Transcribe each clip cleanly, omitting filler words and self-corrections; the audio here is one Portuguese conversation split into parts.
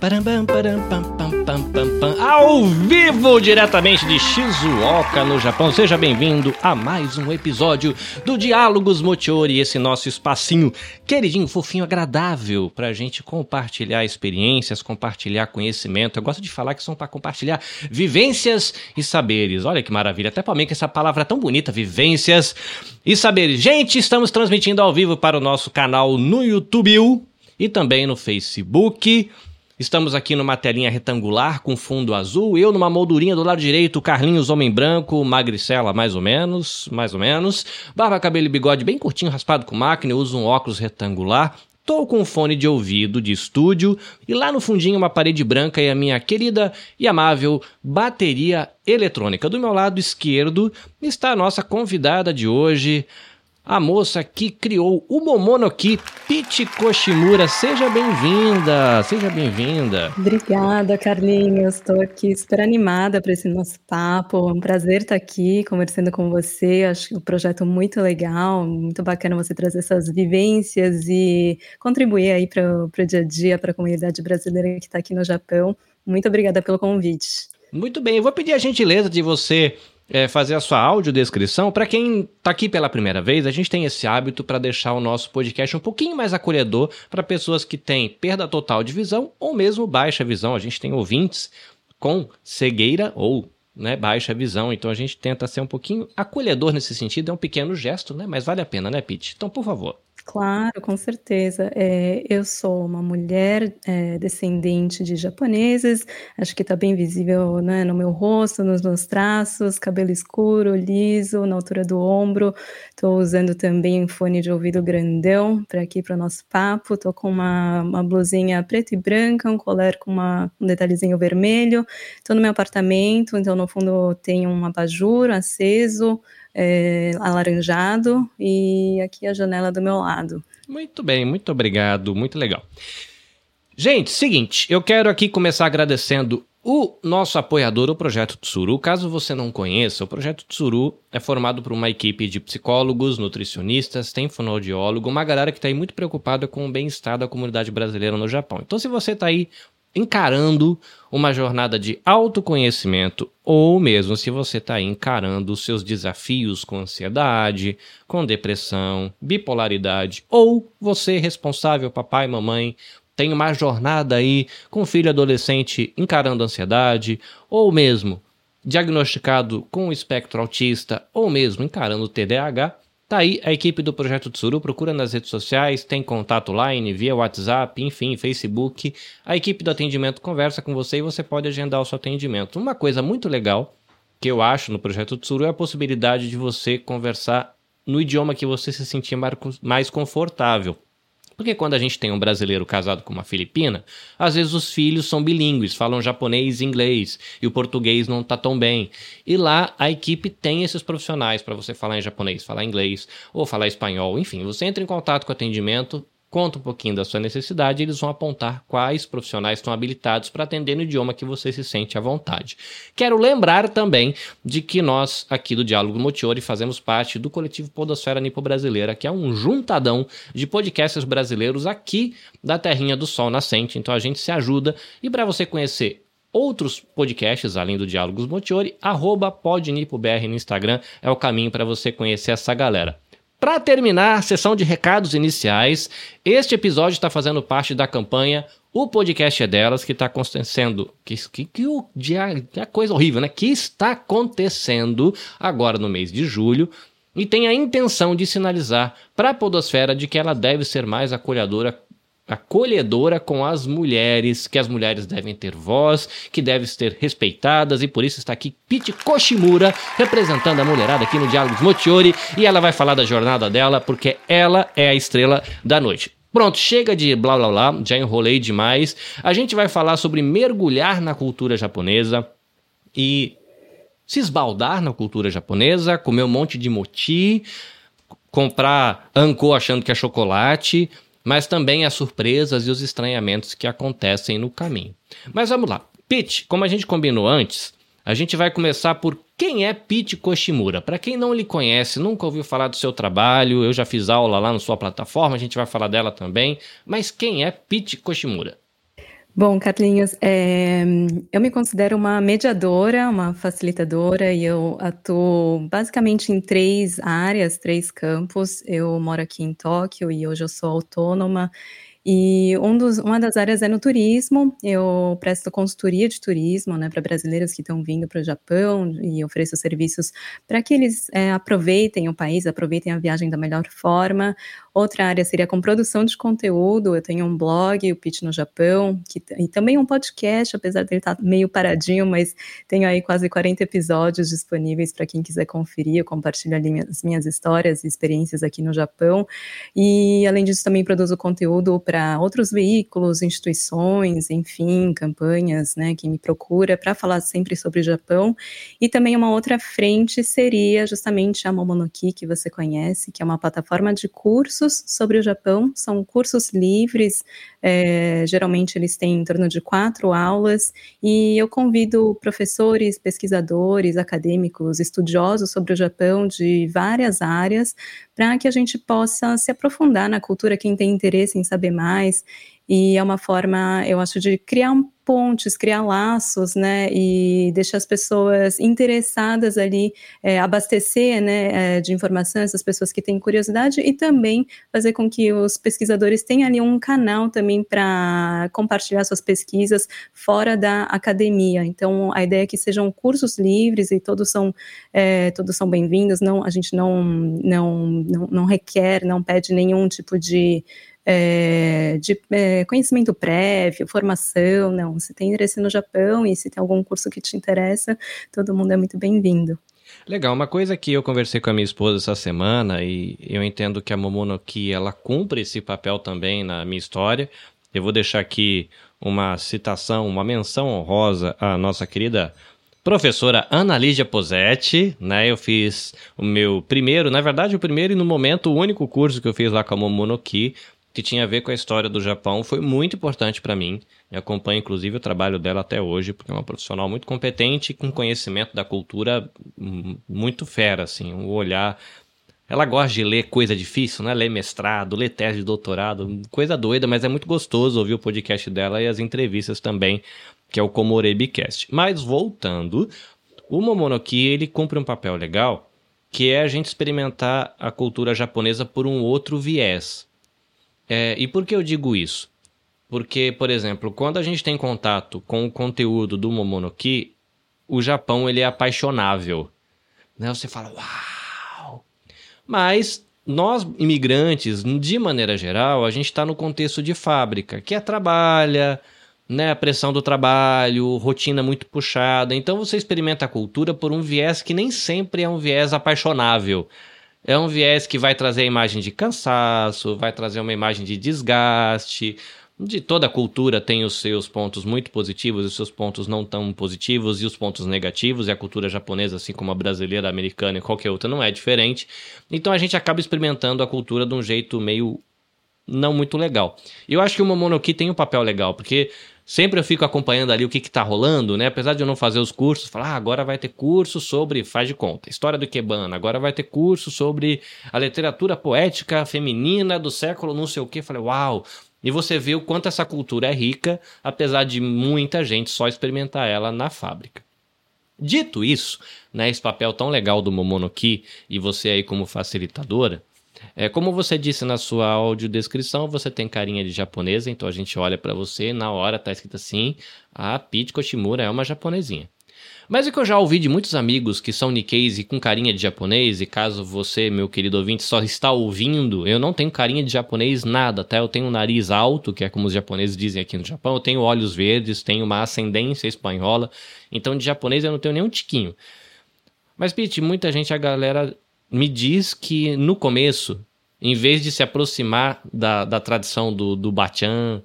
Ao vivo, diretamente de Shizuoka, no Japão. Seja bem-vindo a mais um episódio do Diálogos Mochiori, esse nosso espacinho queridinho, fofinho, agradável, pra gente compartilhar experiências, compartilhar conhecimento. Eu gosto de falar que são pra compartilhar vivências e saberes. Olha que maravilha, até pra mim que essa palavra é tão bonita, vivências e saberes. Gente, estamos transmitindo ao vivo para o nosso canal no YouTube e também no Facebook. Estamos aqui numa telinha retangular com fundo azul, eu numa moldurinha do lado direito, Carlinhos homem branco, magricela mais ou menos, barba, cabelo e bigode bem curtinho, raspado com máquina, eu uso um óculos retangular, tô com um fone de ouvido de estúdio e lá no fundinho uma parede branca e a minha querida e amável bateria eletrônica. Do meu lado esquerdo está a nossa convidada de hoje, a moça que criou o Momonoki, Pichi Koshimura. Seja bem-vinda, seja bem-vinda. Obrigada, Carlinhos. Estou aqui super animada para esse nosso papo. É um prazer estar aqui conversando com você. Acho o projeto muito legal, muito bacana você trazer essas vivências e contribuir aí para o dia a dia, para a comunidade brasileira que está aqui no Japão. Muito obrigada pelo convite. Muito bem, eu vou pedir a gentileza de você fazer a sua audiodescrição. Para quem está aqui pela primeira vez, a gente tem esse hábito para deixar o nosso podcast um pouquinho mais acolhedor para pessoas que têm perda total de visão ou mesmo baixa visão. A gente tem ouvintes com cegueira ou baixa visão, então a gente tenta ser um pouquinho acolhedor nesse sentido. É um pequeno gesto, mas vale a pena, né, Pete? Então, por favor. Claro, com certeza. Eu sou uma mulher descendente de japoneses, acho que está bem visível, né, no meu rosto, nos meus traços, cabelo escuro, liso, na altura do ombro. Estou usando também um fone de ouvido grandão para o nosso papo. Estou com uma blusinha preta e branca, um colar com um detalhezinho vermelho. Estou no meu apartamento, então no fundo tem um abajur aceso, alaranjado, e aqui a janela do meu lado. Muito bem, muito obrigado, muito legal. Gente, seguinte, eu quero aqui começar agradecendo o nosso apoiador, o Projeto Tsuru. Caso você não conheça, o Projeto Tsuru é formado por uma equipe de psicólogos, nutricionistas, tem fonoaudiólogo, uma galera que está aí muito preocupada com o bem-estar da comunidade brasileira no Japão. Então, se você está aí encarando uma jornada de autoconhecimento, ou mesmo se você está encarando os seus desafios com ansiedade, com depressão, bipolaridade, ou você responsável, papai, mamãe, tem uma jornada aí com filho adolescente encarando ansiedade, ou mesmo diagnosticado com o espectro autista, ou mesmo encarando o TDAH, tá aí a equipe do Projeto Tsuru, procura nas redes sociais, tem contato online, via WhatsApp, enfim, Facebook. A equipe do atendimento conversa com você e você pode agendar o seu atendimento. Uma coisa muito legal que eu acho no Projeto Tsuru é a possibilidade de você conversar no idioma que você se sentir mais confortável. Porque quando a gente tem um brasileiro casado com uma filipina, às vezes os filhos são bilíngues, falam japonês e inglês, e o português não tá tão bem. E lá a equipe tem esses profissionais para você falar em japonês, falar inglês ou falar espanhol. Enfim, você entra em contato com o atendimento, conta um pouquinho da sua necessidade e eles vão apontar quais profissionais estão habilitados para atender no idioma que você se sente à vontade. Quero lembrar também de que nós, aqui do Diálogo Mochiori, fazemos parte do coletivo Podosfera Nipo-Brasileira, que é um juntadão de podcasters brasileiros aqui da terrinha do Sol Nascente. Então a gente se ajuda. E para você conhecer outros podcasts, além do Diálogos Mochiori, @podnipobr no Instagram é o caminho para você conhecer essa galera. Para terminar a sessão de recados iniciais, este episódio está fazendo parte da campanha O Podcast é Delas, que está acontecendo... Que coisa horrível, né? Que está acontecendo agora no mês de julho e tem a intenção de sinalizar para a podosfera de que ela deve ser mais acolhedora com as mulheres, que as mulheres devem ter voz, que devem ser respeitadas, e por isso está aqui Pichi Koshimura, representando a mulherada aqui no Diálogos Mochiori, e ela vai falar da jornada dela, porque ela é a estrela da noite. Pronto, chega de blá blá blá, já enrolei demais. A gente vai falar sobre mergulhar na cultura japonesa e se esbaldar na cultura japonesa, comer um monte de mochi, comprar anko achando que é chocolate, mas também as surpresas e os estranhamentos que acontecem no caminho. Mas vamos lá. Pete, como a gente combinou antes, a gente vai começar por quem é Pichi Koshimura. Para quem não lhe conhece, nunca ouviu falar do seu trabalho, eu já fiz aula lá na sua plataforma, a gente vai falar dela também, mas quem é Pichi Koshimura? Bom, Carlinhos, eu me considero uma mediadora, uma facilitadora, e eu atuo basicamente em 3 áreas, 3 campos. Eu moro aqui em Tóquio e hoje eu sou autônoma, e uma das áreas é no turismo. Eu presto consultoria de turismo, né, para brasileiros que estão vindo para o Japão, e ofereço serviços para que eles aproveitem o país, aproveitem a viagem da melhor forma. Outra área seria com produção de conteúdo. Eu tenho um blog, o Pitch no Japão, e também um podcast, apesar dele estar meio paradinho, mas tenho aí quase 40 episódios disponíveis para quem quiser conferir. Eu compartilho ali as minhas histórias e experiências aqui no Japão. E, além disso, também produzo conteúdo para outros veículos, instituições, enfim, campanhas, né, que me procura para falar sempre sobre o Japão. E também uma outra frente seria justamente a Momonoki, que você conhece, que é uma plataforma de cursos sobre o Japão. São cursos livres, geralmente eles têm em torno de 4 aulas, e eu convido professores, pesquisadores, acadêmicos, estudiosos sobre o Japão de várias áreas, para que a gente possa se aprofundar na cultura, quem tem interesse em saber mais. E é uma forma, eu acho, de criar pontes, criar laços, né, e deixar as pessoas interessadas ali, abastecer, né, de informação essas pessoas que têm curiosidade, e também fazer com que os pesquisadores tenham ali um canal também para compartilhar suas pesquisas fora da academia. Então, a ideia é que sejam cursos livres e todos são bem-vindos. A gente não requer, não pede nenhum tipo de conhecimento prévio, formação. Não, se tem interesse no Japão e se tem algum curso que te interessa, todo mundo é muito bem-vindo. Legal, uma coisa que eu conversei com a minha esposa essa semana, e eu entendo que a Momonoki, ela cumpre esse papel também na minha história. Eu vou deixar aqui uma citação, uma menção honrosa à nossa querida professora Ana Lídia Posetti, né? Eu fiz o meu primeiro, na verdade o primeiro e no momento o único curso que eu fiz lá com a Momonoki, que tinha a ver com a história do Japão. Foi muito importante para mim. Eu acompanho, inclusive, o trabalho dela até hoje, porque é uma profissional muito competente, com conhecimento da cultura muito fera, assim, um olhar. Ela gosta de ler coisa difícil, né? Ler mestrado, ler tese de doutorado, coisa doida, mas é muito gostoso ouvir o podcast dela e as entrevistas também, que é o Komorebicast. Mas voltando, o Momonoki, ele cumpre um papel legal, que é a gente experimentar a cultura japonesa por um outro viés. E por que eu digo isso? Porque, por exemplo, quando a gente tem contato com o conteúdo do Momonoki, o Japão ele é apaixonável. Né? Você fala, uau! Mas nós, imigrantes, de maneira geral, a gente está no contexto de fábrica, que trabalha, né? A pressão do trabalho, rotina muito puxada. Então você experimenta a cultura por um viés que nem sempre é um viés apaixonável. É um viés que vai trazer a imagem de cansaço, vai trazer uma imagem de desgaste. De toda a cultura tem os seus pontos muito positivos e os seus pontos não tão positivos e os pontos negativos. E a cultura japonesa, assim como a brasileira, a americana e qualquer outra, não é diferente. Então a gente acaba experimentando a cultura de um jeito meio não muito legal. E eu acho que o Momonoki tem um papel legal, porque sempre eu fico acompanhando ali o que tá rolando, né? Apesar de eu não fazer os cursos, falar, agora vai ter curso sobre, faz de conta, história do Ikebana, agora vai ter curso sobre a literatura poética feminina do século não sei o quê. Falei, uau! E você vê o quanto essa cultura é rica, apesar de muita gente só experimentar ela na fábrica. Dito isso, né, esse papel tão legal do Momonoki e você aí como facilitadora, como você disse na sua audiodescrição, você tem carinha de japonesa, então a gente olha pra você e na hora tá escrito assim, a Pitty Koshimura é uma japonesinha. Mas o que eu já ouvi de muitos amigos que são Nikkeis e com carinha de japonês, e caso você, meu querido ouvinte, só está ouvindo, eu não tenho carinha de japonês nada, tá? Eu tenho um nariz alto, que é como os japoneses dizem aqui no Japão, eu tenho olhos verdes, tenho uma ascendência espanhola, então de japonês eu não tenho nem um tiquinho. Mas, Pitty, muita gente, a galera me diz que no começo, em vez de se aproximar da tradição do Bachan,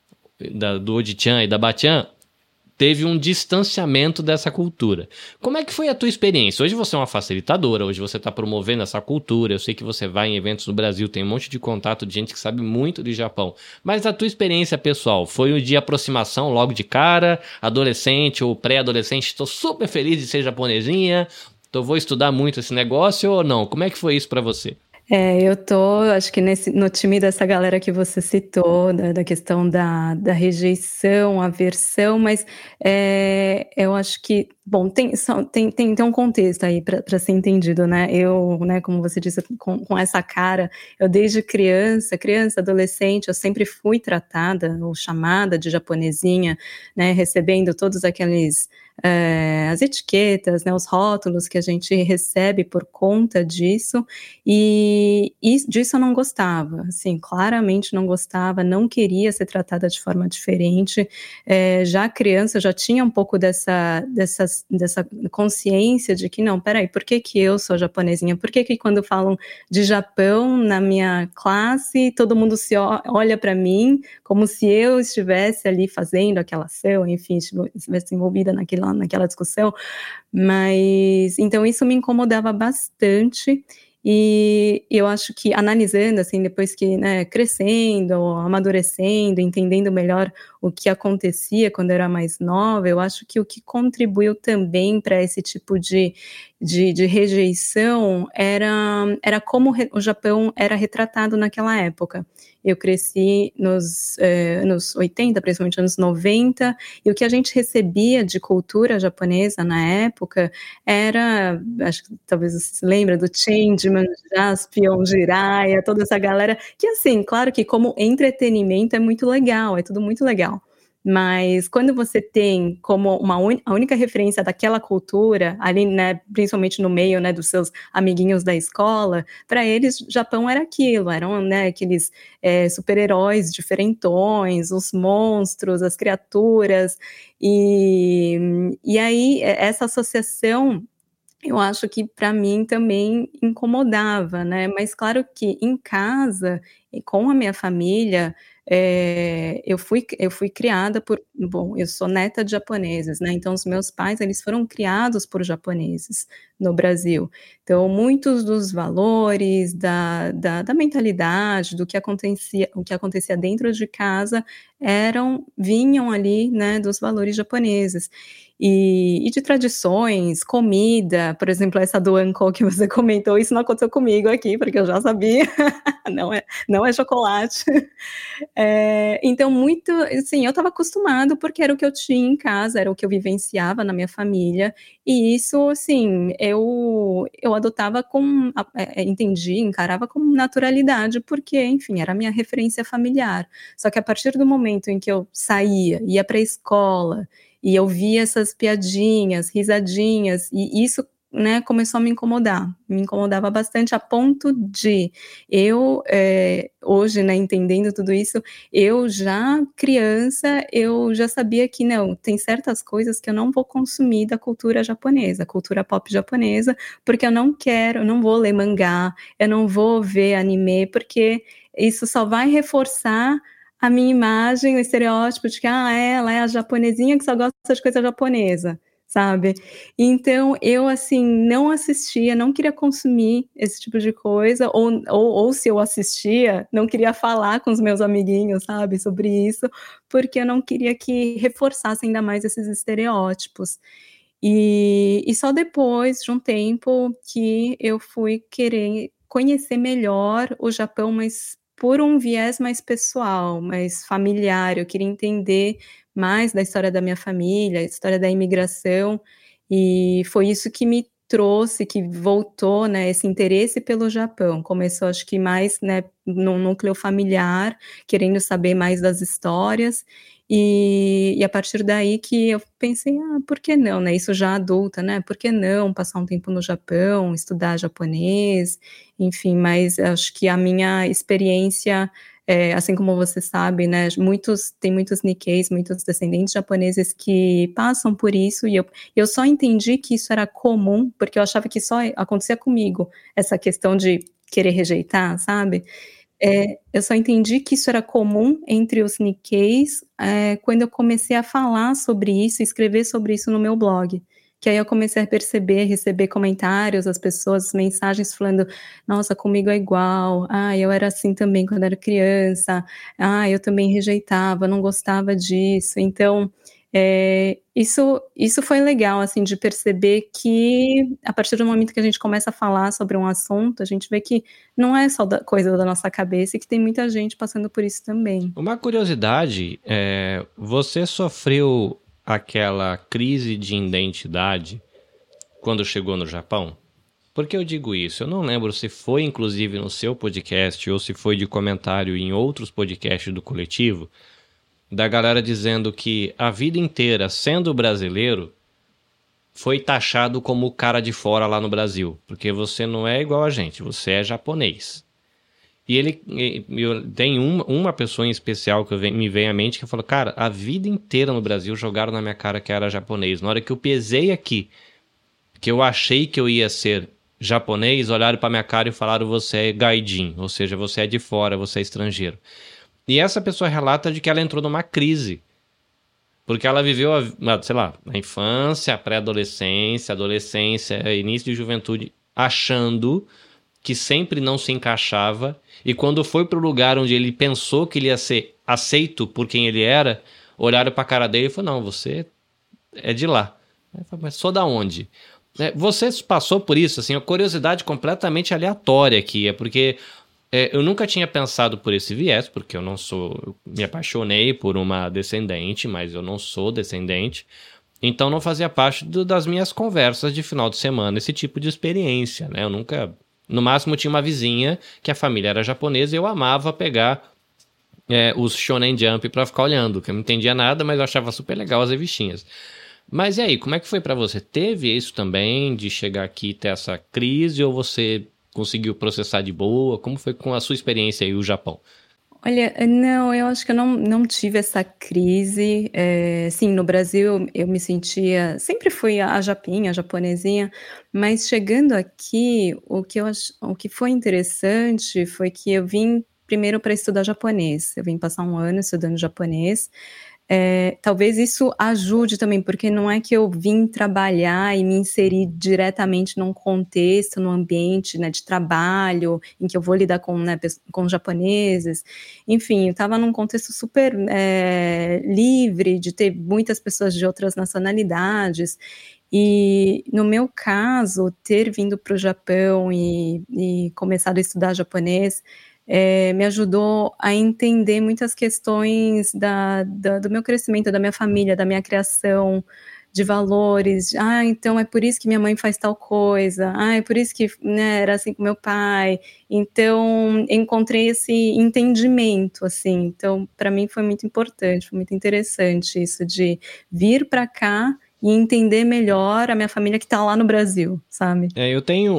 do Odi-chan e da Bachan, teve um distanciamento dessa cultura. Como é que foi a tua experiência? Hoje você é uma facilitadora, hoje você está promovendo essa cultura, eu sei que você vai em eventos no Brasil, tem um monte de contato de gente que sabe muito de Japão, mas a tua experiência pessoal, foi um de aproximação logo de cara, adolescente ou pré-adolescente, estou super feliz de ser japonesinha, então vou estudar muito esse negócio ou não? Como é que foi isso para você? Eu tô, acho que no time dessa galera que você citou, da questão da rejeição, aversão, mas eu acho que, bom, tem um contexto aí para ser entendido, né? Eu, né, como você disse, com essa cara, eu desde criança, adolescente, eu sempre fui tratada ou chamada de japonesinha, né? Recebendo todos aqueles as etiquetas, né, os rótulos que a gente recebe por conta disso, e disso eu não gostava, assim, claramente não gostava, não queria ser tratada de forma diferente. Já criança, eu já tinha um pouco dessa consciência de que não, espera aí, por que que eu sou japonesinha? Por que que quando falam de Japão na minha classe, todo mundo olha para mim como se eu estivesse ali fazendo aquela ação, enfim, estivesse envolvida naquela discussão, mas então isso me incomodava bastante, e eu acho que analisando, assim, depois que, né, crescendo, amadurecendo, entendendo melhor o que acontecia quando eu era mais nova, eu acho que o que contribuiu também para esse tipo de rejeição era como o Japão era retratado naquela época. Eu cresci nos anos 80, principalmente anos 90, e o que a gente recebia de cultura japonesa na época era, acho que talvez você se lembra do Changeman, Jaspion, Jiraiya, toda essa galera, que assim, claro que como entretenimento é muito legal, é tudo muito legal. Mas quando você tem como a única referência daquela cultura, ali, né, principalmente no meio, né, dos seus amiguinhos da escola, para eles, Japão era aquilo, eram, né, aqueles super-heróis diferentões, os monstros, as criaturas, e aí essa associação eu acho que para mim também incomodava, né, mas claro que em casa e com a minha família, eu fui criada bom, eu sou neta de japoneses, né, então os meus pais, eles foram criados por japoneses no Brasil. Então muitos dos valores, da mentalidade, o que acontecia dentro de casa, vinham ali, né, dos valores japoneses. E de tradições, comida, por exemplo, essa do anko que você comentou, isso não aconteceu comigo aqui, porque eu já sabia, não é chocolate. Então muito assim, eu estava acostumado, porque era o que eu tinha em casa, era o que eu vivenciava na minha família, e isso, assim, eu adotava entendi, encarava com naturalidade, porque, enfim, era a minha referência familiar. Só que a partir do momento em que eu saía, ia para a escola, e eu via essas piadinhas, risadinhas, e isso, né, começou a me incomodava bastante a ponto de hoje, né, entendendo tudo isso, eu já criança, eu já sabia que não, tem certas coisas que eu não vou consumir da cultura japonesa, cultura pop japonesa, porque eu não vou ler mangá, eu não vou ver anime, porque isso só vai reforçar a minha imagem, o estereótipo de que, ela é a japonesinha que só gosta de coisa japonesa, sabe. Então eu, assim, não assistia, não queria consumir esse tipo de coisa, ou se eu assistia, não queria falar com os meus amiguinhos, sabe, sobre isso, porque eu não queria que reforçasse ainda mais esses estereótipos. E só depois de um tempo que eu fui querer conhecer melhor o Japão, mas por um viés mais pessoal, mais familiar, eu queria entender mais da história da minha família, a história da imigração, e foi isso que me trouxe, que voltou, né, esse interesse pelo Japão. Começou acho que mais, né, no núcleo familiar, querendo saber mais das histórias, e a partir daí que eu pensei: "Ah, por que não?", né, isso já adulta, né, por que não passar um tempo no Japão, estudar japonês, enfim, mas acho que a minha experiência, assim como você sabe, né, tem muitos Nikkeis, muitos descendentes japoneses que passam por isso, e eu só entendi que isso era comum, porque eu achava que só acontecia comigo, essa questão de querer rejeitar, sabe. Eu só entendi que isso era comum entre os Nikkeis, quando eu comecei a falar sobre isso, escrever sobre isso no meu blog. Que aí eu comecei a perceber, receber comentários, as pessoas, mensagens falando: "Nossa, comigo é igual. Ah, eu era assim também quando era criança. Ah, eu também rejeitava, não gostava disso". Então, Isso foi legal, assim, de perceber que a partir do momento que a gente começa a falar sobre um assunto, a gente vê que não é só coisa da nossa cabeça e que tem muita gente passando por isso também. Uma curiosidade, você sofreu aquela crise de identidade quando chegou no Japão? Por que eu digo isso? Eu não lembro se foi inclusive no seu podcast ou se foi de comentário em outros podcasts do coletivo, da galera dizendo que a vida inteira, sendo brasileiro, foi taxado como o cara de fora lá no Brasil, porque você não é igual a gente, você é japonês. Tem uma pessoa em especial que me vem à mente que falou, cara, a vida inteira no Brasil jogaram na minha cara que era japonês. Na hora que eu pesei aqui, que eu achei que eu ia ser japonês, olharam pra minha cara e falaram, você é gaijin, ou seja, você é de fora, você é estrangeiro. E essa pessoa relata de que ela entrou numa crise, porque ela viveu, sei lá, a infância, a pré-adolescência, adolescência, início de juventude, achando que sempre não se encaixava, e quando foi pro lugar onde ele pensou que ele ia ser aceito por quem ele era, olharam pra cara dele e falaram, não, você é de lá. Eu falei, mas sou da onde? Você passou por isso, assim, uma curiosidade completamente aleatória aqui, porque eu nunca tinha pensado por esse viés, porque eu me apaixonei por uma descendente, mas eu não sou descendente, então não fazia parte das minhas conversas de final de semana, esse tipo de experiência, né? Eu nunca, no máximo tinha uma vizinha que a família era japonesa e eu amava pegar os Shonen Jump pra ficar olhando, que eu não entendia nada, mas eu achava super legal as revistinhas. Mas e aí, como é que foi pra você? Teve isso também, de chegar aqui e ter essa crise, ou você conseguiu processar de boa? Como foi com a sua experiência aí, o Japão? Olha, não, eu acho que eu não tive essa crise. Sim, no Brasil eu me sentia, sempre fui a japinha, a japonesinha, mas chegando aqui, o que foi interessante foi que eu vim primeiro para estudar japonês. Eu vim passar 1 ano estudando japonês. Talvez isso ajude também, porque não é que eu vim trabalhar e me inserir diretamente num contexto, num ambiente, né, de trabalho, em que eu vou lidar com, né, com japoneses. Enfim, eu estava num contexto super livre, de ter muitas pessoas de outras nacionalidades. E no meu caso, ter vindo para o Japão e começado a estudar japonês, me ajudou a entender muitas questões do meu crescimento, da minha família, da minha criação, de valores. Então é por isso que minha mãe faz tal coisa. É por isso que, né, era assim com meu pai. Então encontrei esse entendimento, assim. Então para mim foi muito importante, foi muito interessante isso de vir para cá e entender melhor a minha família que está lá no Brasil, sabe? Eu tenho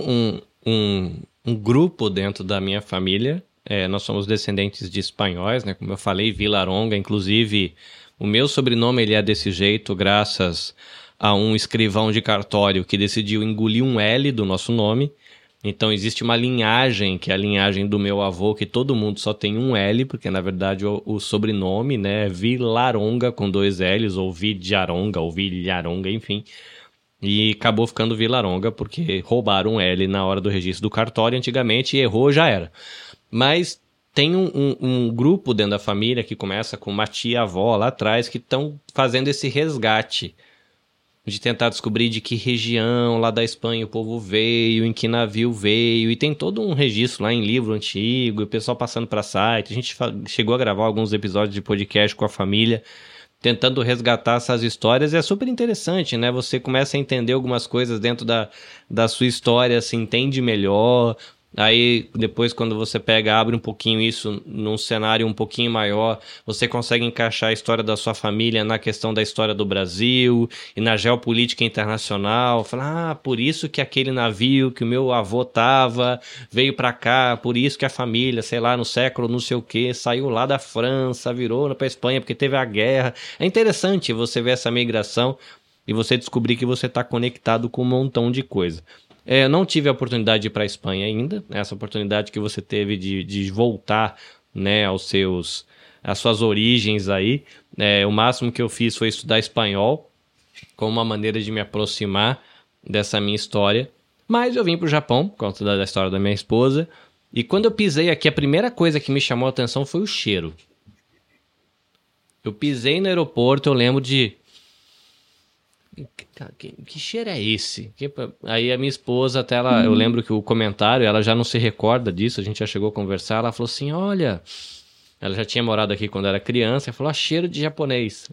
um grupo dentro da minha família. Nós somos descendentes de espanhóis, né? Como eu falei, Vilaronga. Inclusive, o meu sobrenome ele é desse jeito graças a um escrivão de cartório que decidiu engolir um L do nosso nome. Então, existe uma linhagem, que é a linhagem do meu avô, que todo mundo só tem um L, porque, na verdade, o sobrenome, né, é Vilaronga com 2 L's, ou Vidiaronga, ou Vilharonga, enfim. E acabou ficando Vilaronga, porque roubaram um L na hora do registro do cartório antigamente e errou, já era. Mas tem um grupo dentro da família que começa com uma tia-avó lá atrás que estão fazendo esse resgate de tentar descobrir de que região lá da Espanha o povo veio, em que navio veio, e tem todo um registro lá em livro antigo, o pessoal passando para site. A gente chegou a gravar alguns episódios de podcast com a família, tentando resgatar essas histórias. É super interessante, né? Você começa a entender algumas coisas dentro da sua história, se entende melhor. Aí, depois, quando você abre um pouquinho isso num cenário um pouquinho maior, você consegue encaixar a história da sua família na questão da história do Brasil e na geopolítica internacional. Fala, por isso que aquele navio que o meu avô veio pra cá, por isso que a família, sei lá, no século não sei o que, saiu lá da França, virou pra Espanha porque teve a guerra. É interessante você ver essa migração e você descobrir que você está conectado com um montão de coisa. Eu não tive a oportunidade de ir para a Espanha ainda. Essa oportunidade que você teve de voltar, né, às suas origens aí. O máximo que eu fiz foi estudar espanhol, como uma maneira de me aproximar dessa minha história. Mas eu vim para o Japão, por conta da história da minha esposa. E quando eu pisei aqui, a primeira coisa que me chamou a atenção foi o cheiro. Eu pisei no aeroporto, eu lembro de Que cheiro é esse? Aí a minha esposa, até ela, eu lembro que o comentário, ela já não se recorda disso, a gente já chegou a conversar, ela falou assim, olha, ela já tinha morado aqui quando era criança, ela falou, cheiro de japonês.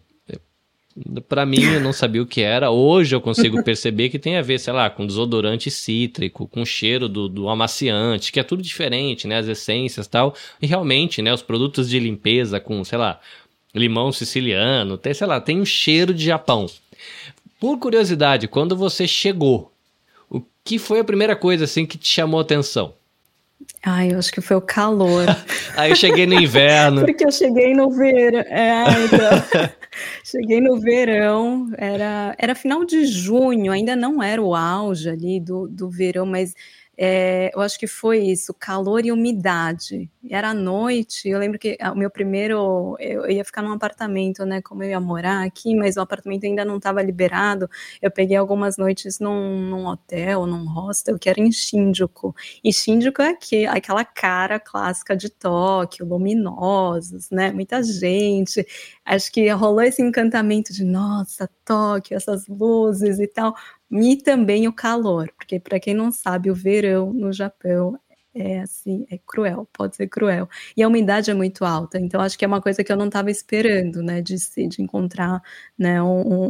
Pra mim, eu não sabia o que era. Hoje eu consigo perceber que tem a ver, sei lá, com desodorante cítrico, com o cheiro do amaciante, que é tudo diferente, né? As essências e tal. E realmente, né? Os produtos de limpeza com, sei lá, limão siciliano, tem, sei lá, tem um cheiro de Japão. Por curiosidade, quando você chegou, o que foi a primeira coisa, assim, que te chamou a atenção? Ai, eu acho que foi o calor. Aí eu cheguei no inverno. Porque eu cheguei no verão. Então... Cheguei no verão, era final de junho, ainda não era o auge ali do verão, mas eu acho que foi isso, calor e umidade. Era à noite, eu lembro que o meu primeiro, eu ia ficar num apartamento, né, como eu ia morar aqui, mas o apartamento ainda não estava liberado, eu peguei algumas noites num hotel, num hostel, que era em Shinjuku, e Shinjuku é aquela cara clássica de Tóquio, luminosos, né, muita gente, acho que rolou esse encantamento de, nossa, Tóquio, essas luzes e tal, e também o calor, porque para quem não sabe, o verão no Japão é assim, é cruel, pode ser cruel. E a umidade é muito alta, então acho que é uma coisa que eu não estava esperando, né, de encontrar, né,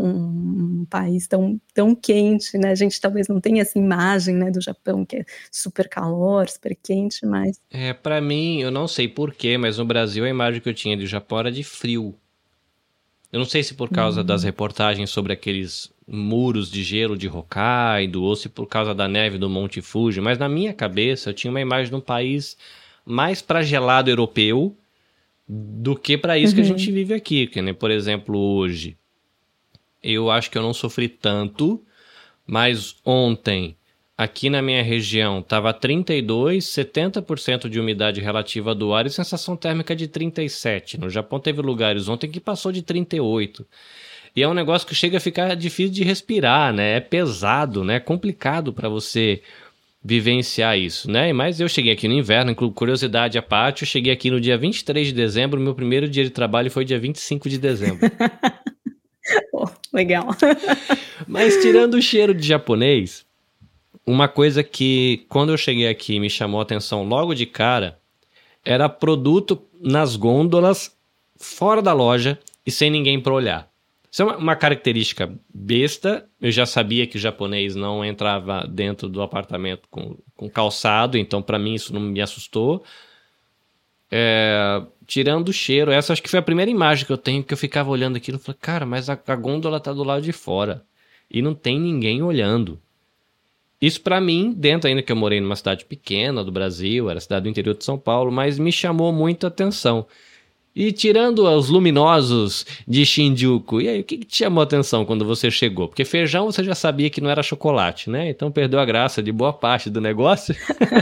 um país tão quente, né, a gente talvez não tenha essa imagem, né, do Japão, que é super calor, super quente, mas... Pra mim, eu não sei porquê, mas no Brasil a imagem que eu tinha do Japão era de frio. Eu não sei se por causa das reportagens sobre aqueles muros de gelo de Hokkaido ou se por causa da neve do Monte Fuji, mas na minha cabeça eu tinha uma imagem de um país mais para gelado europeu do que para isso que a gente vive aqui. Que, né, por exemplo, hoje eu acho que eu não sofri tanto, mas ontem aqui na minha região estava 32, 70% de umidade relativa do ar e sensação térmica de 37. No Japão teve lugares ontem que passou de 38. E é um negócio que chega a ficar difícil de respirar, né? É pesado, né? É complicado para você vivenciar isso, né? Mas eu cheguei aqui no inverno, curiosidade à parte, eu cheguei aqui no dia 23 de dezembro, meu primeiro dia de trabalho foi dia 25 de dezembro. Oh, legal. Mas tirando o cheiro de japonês... Uma coisa que, quando eu cheguei aqui, me chamou a atenção logo de cara, era produto nas gôndolas, fora da loja e sem ninguém para olhar. Isso é uma característica besta. Eu já sabia que o japonês não entrava dentro do apartamento com calçado, então para mim isso não me assustou. Tirando o cheiro, essa acho que foi a primeira imagem que eu tenho, que eu ficava olhando aquilo e falei, cara, mas a gôndola tá do lado de fora e não tem ninguém olhando. Isso para mim, dentro ainda que eu morei numa cidade pequena do Brasil, era cidade do interior de São Paulo, mas me chamou muito a atenção. E tirando os luminosos de Shinjuku, e aí, o que te chamou a atenção quando você chegou? Porque feijão você já sabia que não era chocolate, né? Então perdeu a graça de boa parte do negócio.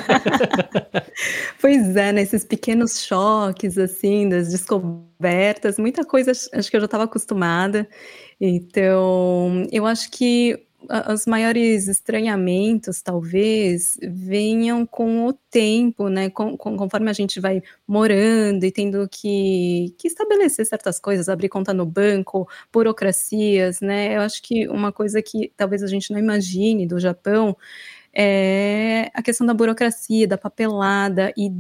Pois é, nesses pequenos choques, assim, das descobertas, muita coisa acho que eu já estava acostumada. Então, eu acho que os maiores estranhamentos, talvez, venham com o tempo, né? Conforme a gente vai morando e tendo que estabelecer certas coisas, abrir conta no banco, burocracias, né? Eu acho que uma coisa que talvez a gente não imagine do Japão é a questão da burocracia, da papelada e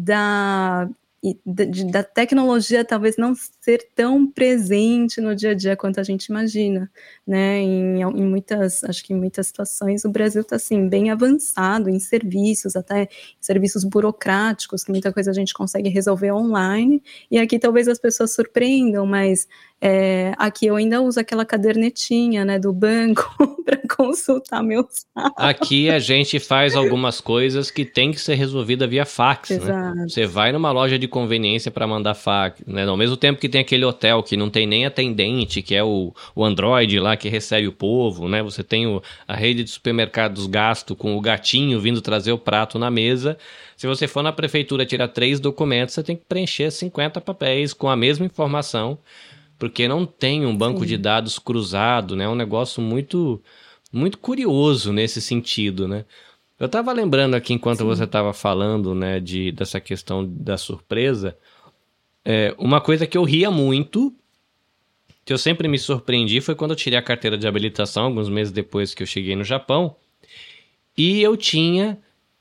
da tecnologia talvez não ser tão presente no dia a dia quanto a gente imagina, né? Em muitas, acho que em muitas situações o Brasil está assim bem avançado em serviços, até em serviços burocráticos, que muita coisa a gente consegue resolver online, e aqui talvez as pessoas surpreendam, mas aqui eu ainda uso aquela cadernetinha, né, do banco para consultar meu saldo. Aqui a gente faz algumas coisas que tem que ser resolvida via fax, Exato. Né? Você vai numa loja de conveniência para mandar fax, né? Ao mesmo tempo que tem aquele hotel que não tem nem atendente, que é o Android lá que recebe o povo, né? Você tem a rede de supermercados gasto com o gatinho vindo trazer o prato na mesa. Se você for na prefeitura tirar 3 documentos, você tem que preencher 50 papéis com a mesma informação, porque não tem um banco de dados cruzado, né? É um negócio muito, muito curioso nesse sentido, né? Eu estava lembrando aqui, enquanto você estava falando, né, dessa questão da surpresa, uma coisa que eu ria muito, que eu sempre me surpreendi foi quando eu tirei a carteira de habilitação, alguns meses depois que eu cheguei no Japão, e eu tinha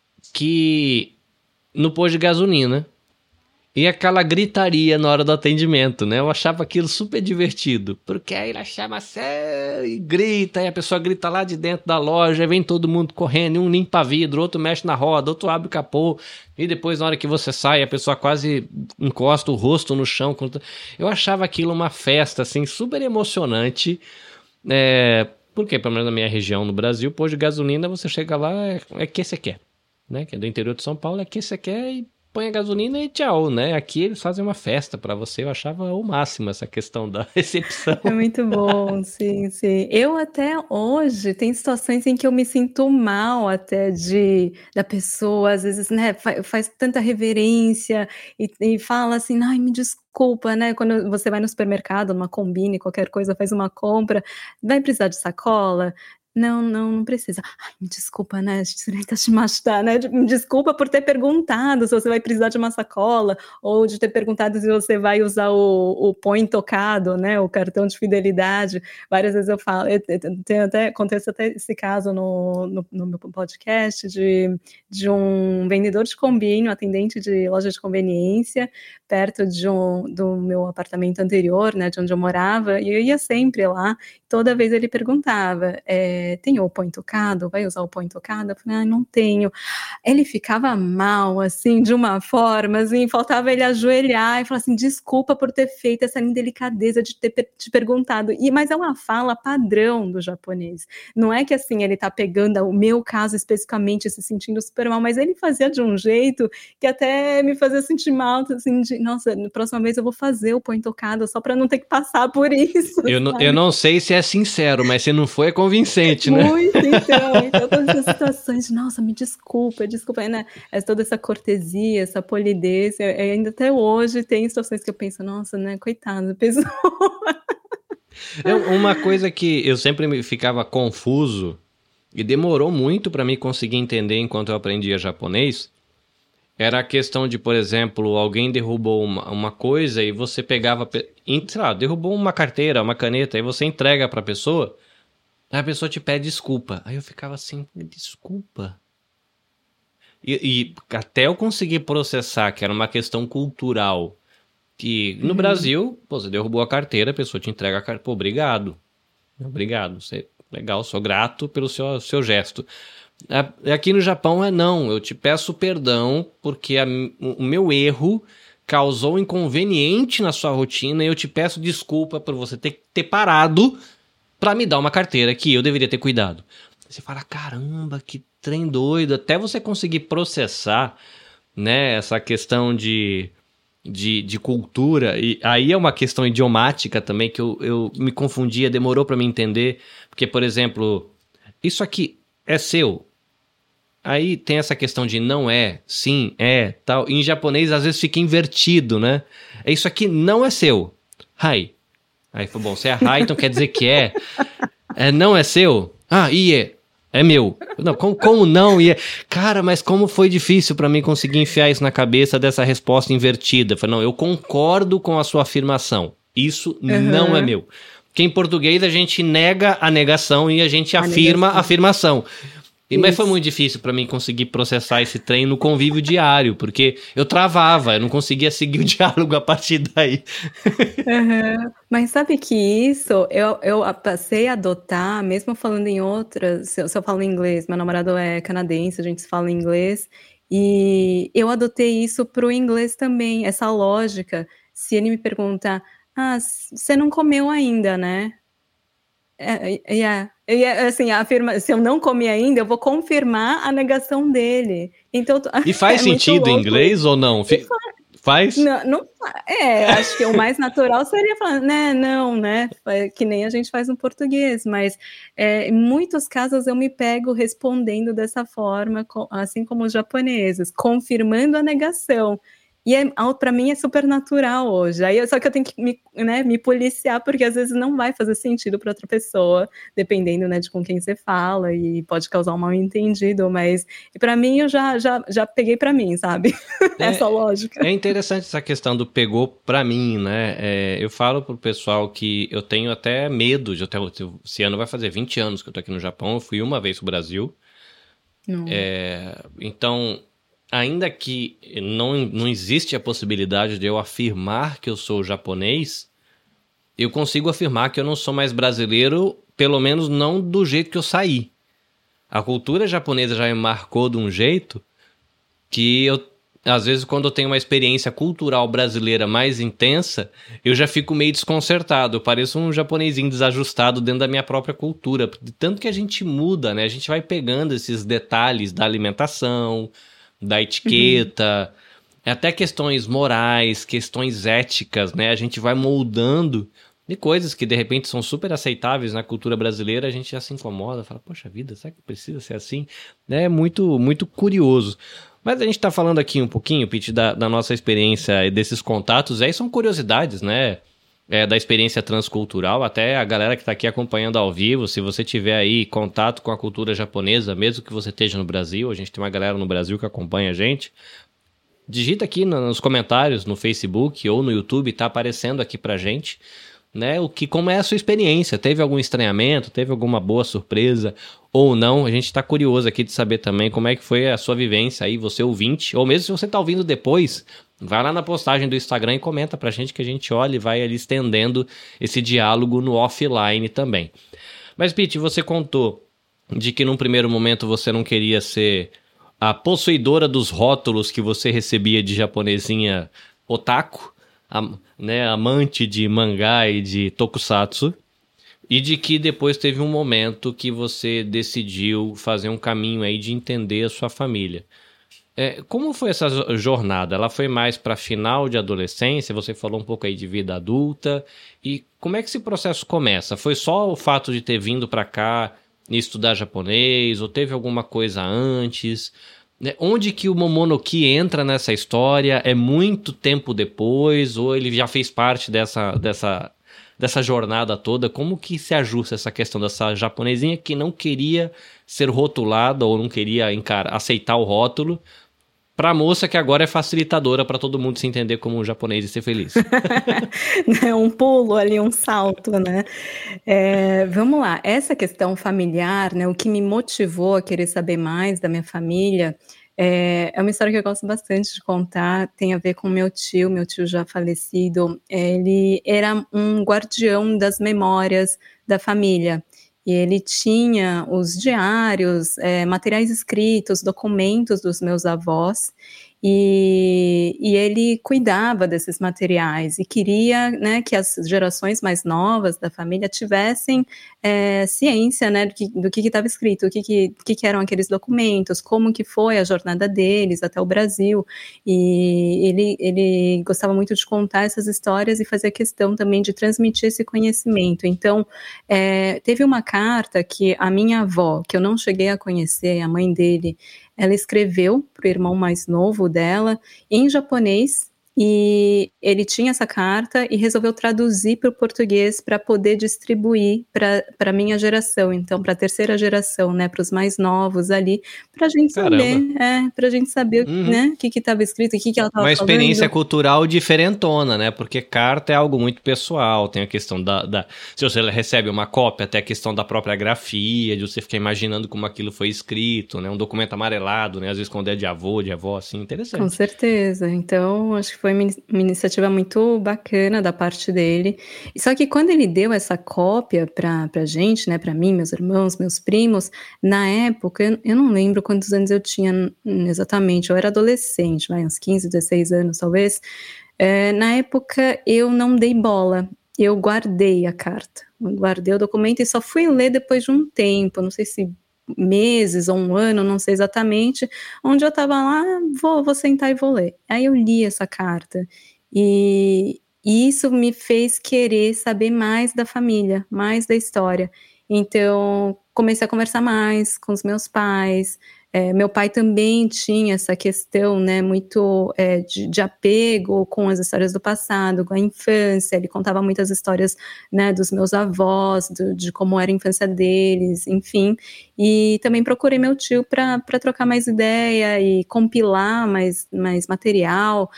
que no posto de gasolina, e aquela gritaria na hora do atendimento, né? Eu achava aquilo super divertido, porque aí ela chama sério e grita, e a pessoa grita lá de dentro da loja, aí vem todo mundo correndo, e um limpa vidro, outro mexe na roda, outro abre o capô, e depois na hora que você sai, a pessoa quase encosta o rosto no chão. Eu achava aquilo uma festa, assim, super emocionante, porque pelo menos na minha região no Brasil, posto de gasolina, você chega lá, é que você quer, né? Que é do interior de São Paulo, é que você quer e põe a gasolina e tchau, né? Aqui eles fazem uma festa pra você. Eu achava o máximo essa questão da recepção. É muito bom, sim, sim. Eu até hoje tem situações em que eu me sinto mal até da pessoa, às vezes, né, faz tanta reverência e fala assim, ai, me desculpa, né? Quando você vai no supermercado, numa Combine, qualquer coisa, faz uma compra, vai precisar de sacola? Não, não, não precisa. Ai, me desculpa, né? Né? Me desculpa por ter perguntado se você vai precisar de uma sacola, ou de ter perguntado se você vai usar o Põe Tocado, né? O cartão de fidelidade. Várias vezes eu falo, acontece até esse caso no meu podcast de um vendedor de Combine, um atendente de loja de conveniência, perto do meu apartamento anterior, né? De onde eu morava, e eu ia sempre lá. Toda vez ele perguntava, tem o Põe Tocado? Vai usar o Põe Tocado? Eu falei, não tenho. Ele ficava mal, assim, de uma forma, assim, faltava ele ajoelhar e falar assim, desculpa por ter feito essa indelicadeza de ter te perguntado. Mas é uma fala padrão do japonês. Não é que, assim, ele tá pegando o meu caso especificamente, se sentindo super mal, mas ele fazia de um jeito que até me fazia sentir mal, assim, nossa, na próxima vez eu vou fazer o Põe Tocado só para não ter que passar por isso. Eu não sei se é sincero, mas se não foi, é convincente, né? Muito, então todas essas situações, nossa, me desculpa, né? Toda essa cortesia, essa polidez, ainda até hoje tem situações que eu penso, nossa, né, coitada da pessoa. Uma coisa que eu sempre ficava confuso, e demorou muito para mim conseguir entender enquanto eu aprendia japonês, era a questão de, por exemplo, alguém derrubou uma coisa e você pegava, sei lá, derrubou uma carteira, uma caneta, e você entrega pra pessoa, aí a pessoa te pede desculpa. Aí eu ficava assim, desculpa? E até eu conseguir processar que era uma questão cultural, que no Brasil, pô, você derrubou a carteira, a pessoa te entrega a carteira, pô, obrigado. Obrigado, legal, sou grato pelo seu gesto. Aqui no Japão não, eu te peço perdão porque o meu erro causou inconveniente na sua rotina e eu te peço desculpa por você ter parado pra me dar uma carteira que eu deveria ter cuidado. Você fala, caramba, que trem doido, até você conseguir processar, né, essa questão de cultura, e aí é uma questão idiomática também que eu me confundia, demorou pra me entender, porque, por exemplo, isso aqui é seu. Aí tem essa questão de não é, sim, é, tal. Em japonês, às vezes, fica invertido, né? Isso aqui não é seu. Hai. Aí foi bom, se é hai, então quer dizer que é. Não é seu? Ah, ie. É meu. Não, como não? Ie. Cara, mas como foi difícil pra mim conseguir enfiar isso na cabeça dessa resposta invertida. Eu falei, não, eu concordo com a sua afirmação. Isso não é meu. Porque em português a gente nega a negação e a gente afirma a afirmação. Mas foi muito difícil pra mim conseguir processar esse trem no convívio diário, porque eu travava, eu não conseguia seguir o diálogo a partir daí. Mas sabe que isso eu passei a adotar, mesmo falando em outras, se eu falo inglês, meu namorado é canadense, a gente se fala em inglês, e eu adotei isso pro inglês também, essa lógica. Se ele me perguntar, você não comeu ainda, né? Assim, se eu não comi ainda, eu vou confirmar a negação dele. Então, e faz sentido em inglês ou não? Faz? Não, acho que o mais natural seria falar, né, não, né, que nem a gente faz no português, mas em muitos casos eu me pego respondendo dessa forma, assim como os japoneses, confirmando a negação. E para mim é super natural hoje. Aí só que eu tenho que me policiar, porque às vezes não vai fazer sentido para outra pessoa, dependendo, né, de com quem você fala, e pode causar um mal-entendido, mas para mim eu já peguei para mim, sabe? Essa lógica. É interessante essa questão do pegou pra mim, né? Eu falo pro pessoal que eu tenho até medo de esse ano vai fazer 20 anos que eu tô aqui no Japão, eu fui uma vez pro Brasil. Então, ainda que não existe a possibilidade de eu afirmar que eu sou japonês, eu consigo afirmar que eu não sou mais brasileiro, pelo menos não do jeito que eu saí. A cultura japonesa já me marcou de um jeito que eu, às vezes, quando eu tenho uma experiência cultural brasileira mais intensa, eu já fico meio desconcertado. Eu pareço um japonesinho desajustado dentro da minha própria cultura. Tanto que a gente muda, né? A gente vai pegando esses detalhes da alimentação, da etiqueta, até questões morais, questões éticas, né? A gente vai moldando de coisas que, de repente, são super aceitáveis na cultura brasileira, a gente já se incomoda, fala, poxa vida, será que precisa ser assim? É muito, muito curioso. Mas a gente está falando aqui um pouquinho, Pete, da nossa experiência e desses contatos, aí são curiosidades, né? Da experiência transcultural, até a galera que está aqui acompanhando ao vivo, se você tiver aí contato com a cultura japonesa, mesmo que você esteja no Brasil, a gente tem uma galera no Brasil que acompanha a gente, digita aqui nos comentários, no Facebook ou no YouTube, tá aparecendo aqui pra gente, né, como é a sua experiência, teve algum estranhamento, teve alguma boa surpresa ou não, a gente tá curioso aqui de saber também como é que foi a sua vivência aí, você ouvinte, ou mesmo se você tá ouvindo depois, vai lá na postagem do Instagram e comenta pra gente que a gente olha e vai ali estendendo esse diálogo no offline também. Mas, Pete, você contou de que num primeiro momento você não queria ser a possuidora dos rótulos que você recebia de japonesinha otaku, né, amante de mangá e de tokusatsu, e de que depois teve um momento que você decidiu fazer um caminho aí de entender a sua família. Como foi essa jornada? Ela foi mais para final de adolescência? Você falou um pouco aí de vida adulta. E como é que esse processo começa? Foi só o fato de ter vindo para cá e estudar japonês? Ou teve alguma coisa antes? Onde que o Momonoki entra nessa história? É muito tempo depois? Ou ele já fez parte dessa jornada toda? Como que se ajusta essa questão dessa japonesinha que não queria ser rotulada ou não queria aceitar o rótulo, para a moça que agora é facilitadora para todo mundo se entender como um japonês e ser feliz? Um pulo ali, um salto, né? Vamos lá, essa questão familiar, né? O que me motivou a querer saber mais da minha família é uma história que eu gosto bastante de contar, tem a ver com meu tio já falecido, ele era um guardião das memórias da família. E ele tinha os diários, materiais escritos, documentos dos meus avós, e ele cuidava desses materiais e queria, né, que as gerações mais novas da família tivessem ciência, né, do que estava escrito, o que eram aqueles documentos, como que foi a jornada deles até o Brasil. E ele gostava muito de contar essas histórias e fazia questão também de transmitir esse conhecimento. Então, teve uma carta que a minha avó, que eu não cheguei a conhecer, a mãe dele, ela escreveu para o irmão mais novo dela em japonês, e ele tinha essa carta e resolveu traduzir para o português para poder distribuir para a minha geração, então para a terceira geração, né, para os mais novos ali, para a gente saber, né, o que estava escrito, o que ela estava falando. Uma experiência cultural diferentona, né, porque carta é algo muito pessoal, tem a questão se você recebe uma cópia, até a questão da própria grafia, de você ficar imaginando como aquilo foi escrito, né, um documento amarelado, né, às vezes quando é de avô, de avó, assim, interessante. Com certeza, então acho que foi uma iniciativa muito bacana da parte dele. Só que quando ele deu essa cópia pra gente, né, para mim, meus irmãos, meus primos, na época, eu não lembro quantos anos eu tinha exatamente, eu era adolescente, uns 15, 16 anos talvez. Na época eu não dei bola, eu guardei a carta, guardei o documento e só fui ler depois de um tempo, não sei se meses ou um ano, não sei exatamente, onde eu estava lá, vou sentar e vou ler. Aí eu li essa carta e isso me fez querer saber mais da família, mais da história. Então comecei a conversar mais com os meus pais, Meu pai também tinha essa questão, né, muito de apego com as histórias do passado, com a infância. Ele contava muitas histórias, né, dos meus avós, de como era a infância deles, enfim. E também procurei meu tio para trocar mais ideia e compilar mais material.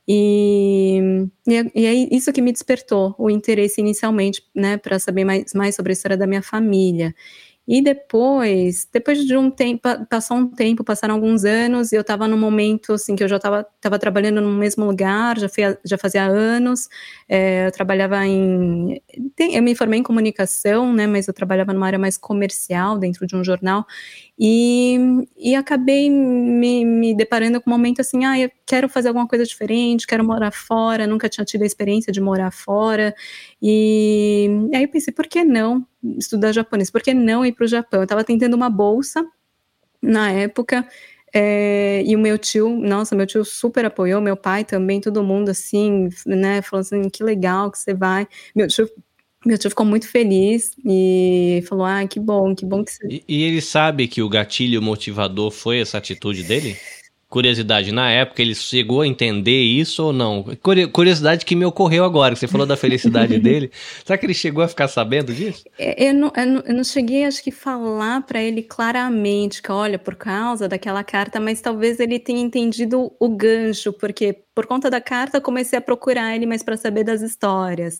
E é isso que me despertou o interesse inicialmente, né, para saber mais sobre a história da minha família. E depois de um tempo, passaram alguns anos, e eu estava num momento, assim, que eu já estava trabalhando no mesmo lugar, já fazia anos. Eu trabalhava eu me formei em comunicação, né, mas eu trabalhava numa área mais comercial, dentro de um jornal, e acabei me deparando com um momento assim, eu quero fazer alguma coisa diferente, quero morar fora, nunca tinha tido a experiência de morar fora, e aí eu pensei, por que não estudar japonês? Por que não ir para o Japão? Eu estava tentando uma bolsa na época, e o meu tio super apoiou, meu pai também, todo mundo assim, né, falou assim, que legal que você vai. Meu tio ficou muito feliz e falou, que bom que você... E ele sabe que o gatilho motivador foi essa atitude dele? Curiosidade, na época ele chegou a entender isso ou não? Curiosidade que me ocorreu agora, que você falou da felicidade dele. Será que ele chegou a ficar sabendo disso? Eu não cheguei, acho que, falar para ele claramente que, olha, por causa daquela carta, mas talvez ele tenha entendido o gancho, porque por conta da carta eu comecei a procurar ele mais para saber das histórias.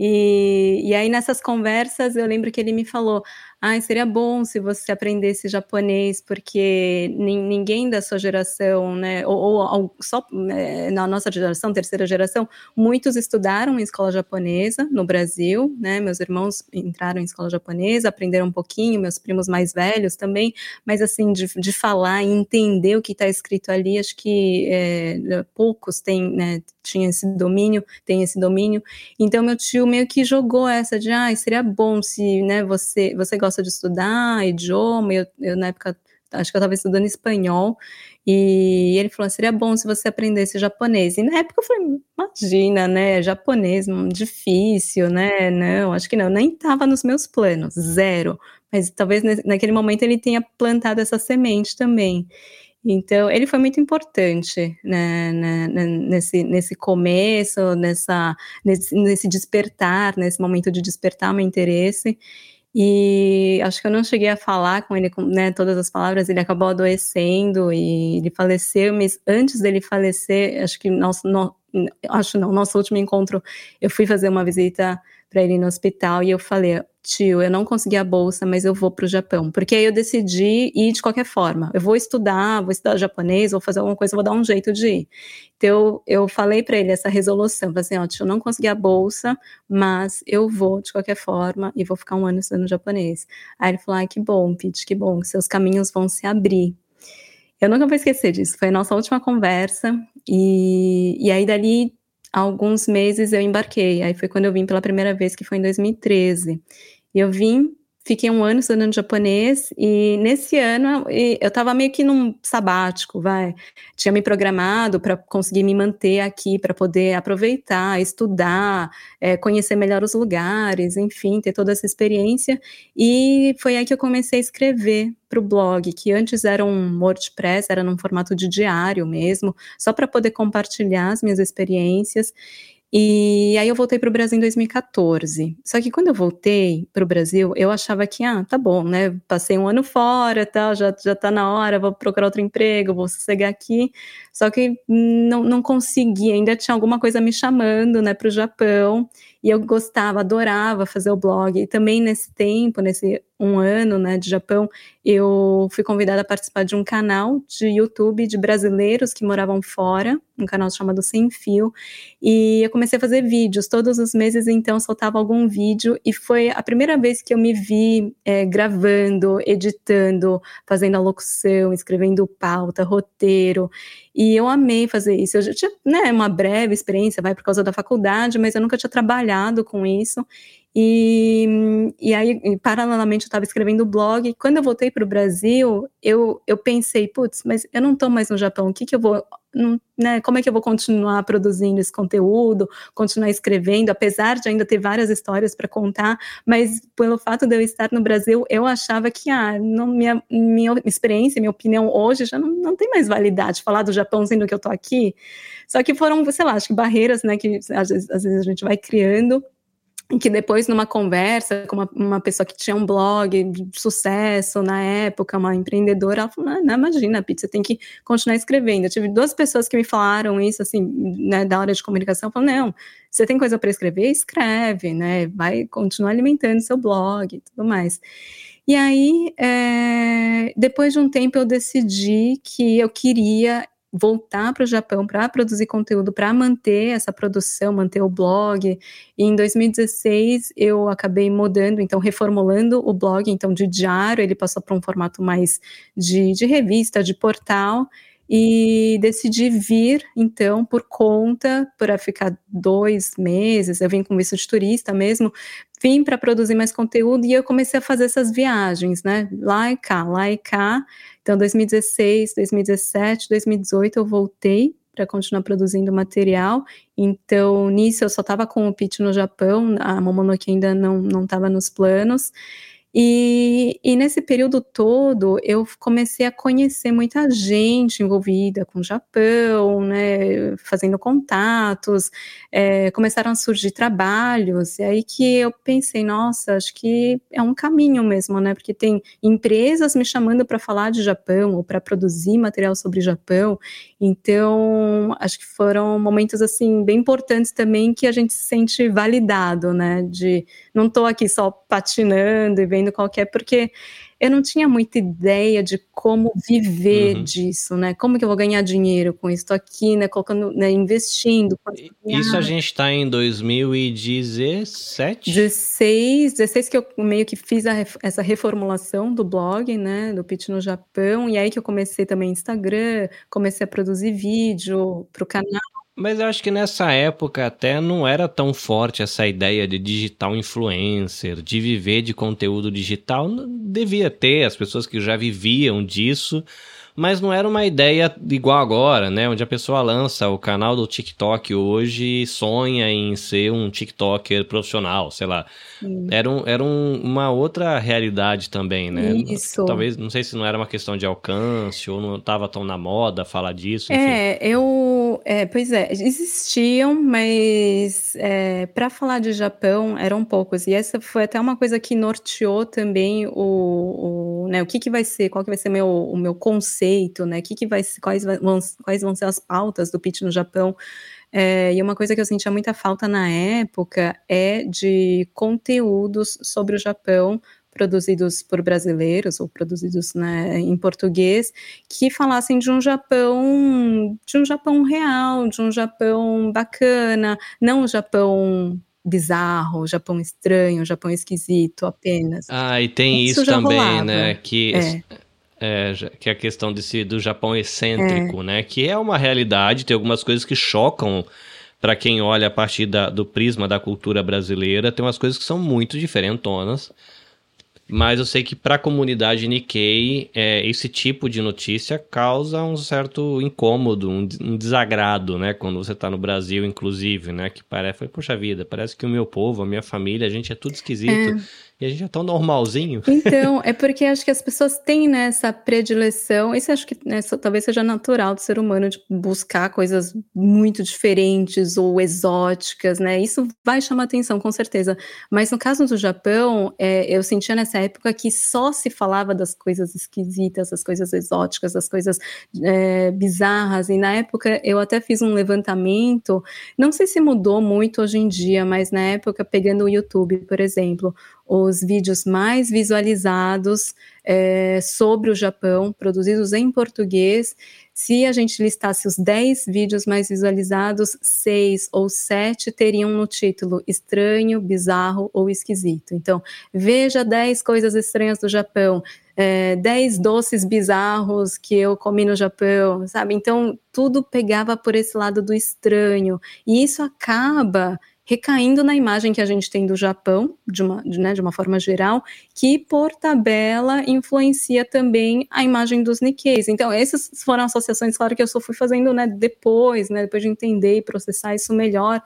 E aí nessas conversas eu lembro que ele me falou, seria bom se você aprendesse japonês, porque ninguém da sua geração, né, ou só na nossa geração, terceira geração, muitos estudaram em escola japonesa no Brasil, né, meus irmãos entraram em escola japonesa, aprenderam um pouquinho, meus primos mais velhos também, mas assim, de falar e entender o que está escrito ali, acho que poucos têm, né, tem esse domínio, então meu tio meio que jogou essa de, seria bom se, né, você gosta de estudar idioma, eu na época, acho que eu estava estudando espanhol, e ele falou, seria bom se você aprendesse japonês, e na época eu falei, imagina, né, japonês, difícil, né, não, acho que não, nem estava nos meus planos, zero, mas talvez naquele momento ele tenha plantado essa semente também. Então, ele foi muito importante, né, nesse começo, nesse despertar, nesse momento de despertar meu interesse, e acho que eu não cheguei a falar com ele, né, todas as palavras. Ele acabou adoecendo e ele faleceu, mas antes dele falecer, acho que nosso último encontro, eu fui fazer uma visita para ele no hospital e eu falei, tio, eu não consegui a bolsa, mas eu vou para o Japão, porque aí eu decidi ir de qualquer forma, eu vou estudar japonês, vou fazer alguma coisa, vou dar um jeito de ir. Então eu falei para ele essa resolução, falei assim, tio, eu não consegui a bolsa, mas eu vou de qualquer forma e vou ficar um ano estudando japonês. Aí ele falou, que bom, Pete, que bom, seus caminhos vão se abrir. Eu nunca vou esquecer disso, foi a nossa última conversa, e aí dali alguns meses eu embarquei, aí foi quando eu vim pela primeira vez, que foi em 2013, e eu vim, fiquei um ano estudando japonês, e nesse ano eu estava meio que num sabático, tinha me programado para conseguir me manter aqui, para poder aproveitar, estudar, conhecer melhor os lugares, enfim, ter toda essa experiência, e foi aí que eu comecei a escrever para o blog, que antes era um WordPress, era num formato de diário mesmo, só para poder compartilhar as minhas experiências. E aí eu voltei para o Brasil em 2014. Só que quando eu voltei para o Brasil, eu achava que, tá bom, né, passei um ano fora, tá, já tá na hora, vou procurar outro emprego, vou sossegar aqui. Só que não consegui, ainda tinha alguma coisa me chamando, né, para o Japão, e eu adorava fazer o blog. E também nesse tempo, nesse um ano, né, de Japão, eu fui convidada a participar de um canal de YouTube de brasileiros que moravam fora, um canal chamado Sem Fio, e eu comecei a fazer vídeos, todos os meses então soltava algum vídeo, e foi a primeira vez que eu me vi gravando, editando, fazendo a locução, escrevendo pauta, roteiro, e eu amei fazer isso. Eu já tinha, né, uma breve experiência, por causa da faculdade, mas eu nunca tinha trabalhado com isso, E aí, paralelamente, eu estava escrevendo o blog, e quando eu voltei para o Brasil, eu pensei, putz, mas eu não estou mais no Japão, o que eu vou, né, como é que eu vou continuar produzindo esse conteúdo, continuar escrevendo, apesar de ainda ter várias histórias para contar, mas pelo fato de eu estar no Brasil, eu achava que minha experiência, minha opinião hoje já não tem mais validade, falar do Japão sendo que eu estou aqui. Só que foram, sei lá, acho que barreiras, né, que às vezes a gente vai criando, e que depois, numa conversa com uma pessoa que tinha um blog de sucesso na época, uma empreendedora, ela falou, não, imagina, Pete, você tem que continuar escrevendo. Eu tive 2 pessoas que me falaram isso, assim, né, da área de comunicação, falaram, não, você tem coisa para escrever? Escreve, né, vai continuar alimentando seu blog e tudo mais. E aí, depois de um tempo, eu decidi que eu queria voltar para o Japão para produzir conteúdo, para manter essa produção, manter o blog. E em 2016 eu acabei mudando, então reformulando o blog, então de diário ele passou para um formato mais de revista, de portal, e decidi vir, então, por conta, para ficar 2 meses, eu vim com visto de turista mesmo, vim para produzir mais conteúdo e eu comecei a fazer essas viagens, né, lá e cá. Então, 2016, 2017, 2018 eu voltei para continuar produzindo material, então nisso eu só estava com o Pitch no Japão, a Momonoke ainda não estava nos planos, e nesse período todo eu comecei a conhecer muita gente envolvida com o Japão, né, fazendo contatos, começaram a surgir trabalhos, e aí que eu pensei, nossa, acho que é um caminho mesmo, né, porque tem empresas me chamando para falar de Japão, ou para produzir material sobre Japão, então acho que foram momentos, assim, bem importantes também, que a gente se sente validado, né, de não estou aqui só patinando e vendo qual que é, porque eu não tinha muita ideia de como viver disso, né? Como que eu vou ganhar dinheiro com isso? Estou aqui, né, colocando, né, investindo. Isso a gente está em 2017? 16 que eu meio que fiz essa reformulação do blog, né, do Pitch no Japão, e aí que eu comecei também Instagram, comecei a produzir vídeo para o canal. Mas eu acho que nessa época até não era tão forte essa ideia de digital influencer, de viver de conteúdo digital. Devia ter as pessoas que já viviam disso, mas não era uma ideia igual agora, né? Onde a pessoa lança o canal do TikTok hoje e sonha em ser um TikToker profissional, sei lá. Era uma outra realidade também, né? Isso. Talvez, não sei se não era uma questão de alcance ou não estava tão na moda falar disso, enfim. Pois é, existiam, mas para falar de Japão eram poucos, e essa foi até uma coisa que norteou também né, o que vai ser, qual que vai ser o meu conceito, né, quais vão ser as pautas do Pitch no Japão. E uma coisa que eu sentia muita falta na época é de conteúdos sobre o Japão produzidos por brasileiros ou produzidos, né, em português, que falassem de um Japão real, de um Japão bacana, não um Japão bizarro, Japão estranho, Japão esquisito apenas. E tem isso já também, rolava. né? Que é a questão do Japão excêntrico, né? Que é uma realidade, tem algumas coisas que chocam para quem olha a partir do prisma da cultura brasileira, tem umas coisas que são muito diferentonas. Mas eu sei que para a comunidade Nikkei, esse tipo de notícia causa um certo incômodo, um desagrado, né? Quando você está no Brasil, inclusive, né? Que poxa vida, parece que o meu povo, a minha família, a gente é tudo esquisito. E a gente é tão normalzinho. Então, é porque acho que as pessoas têm, né, essa predileção, isso acho que, né, talvez seja natural do ser humano, de buscar coisas muito diferentes ou exóticas, né, isso vai chamar atenção, com certeza. Mas no caso do Japão, eu sentia nessa época que só se falava das coisas esquisitas, das coisas exóticas, das coisas bizarras, e na época eu até fiz um levantamento, não sei se mudou muito hoje em dia, mas na época, pegando o YouTube, por exemplo, os vídeos mais visualizados sobre o Japão, produzidos em português, se a gente listasse os 10 vídeos mais visualizados, 6 ou 7 teriam no título estranho, bizarro ou esquisito. Então, veja 10 coisas estranhas do Japão, 10 doces bizarros que eu comi no Japão, sabe? Então, tudo pegava por esse lado do estranho, e isso acaba recaindo na imagem que a gente tem do Japão, de uma forma geral, que por tabela influencia também a imagem dos Nikkeis. Então essas foram associações, claro que eu só fui fazendo, né, depois de entender e processar isso melhor,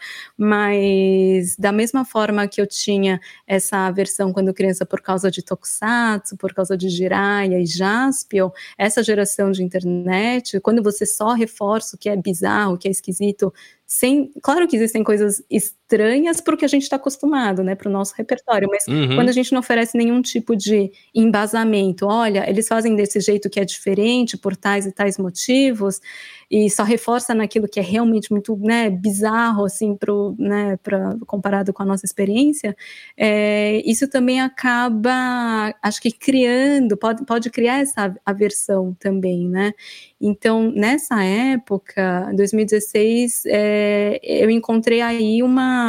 mas da mesma forma que eu tinha essa aversão quando criança por causa de Tokusatsu, por causa de Jiraiya e Jaspion, essa geração de internet, quando você só reforça o que é bizarro, o que é esquisito, claro que existem coisas estranhas porque a gente está acostumado, né, para o nosso repertório, mas quando a gente não oferece nenhum tipo de embasamento, olha, eles fazem desse jeito que é diferente por tais e tais motivos, e só reforça naquilo que é realmente muito, né, bizarro, assim, comparado com a nossa experiência, isso também acaba, acho que pode criar essa aversão também, né? Então, nessa época, 2016, eu encontrei aí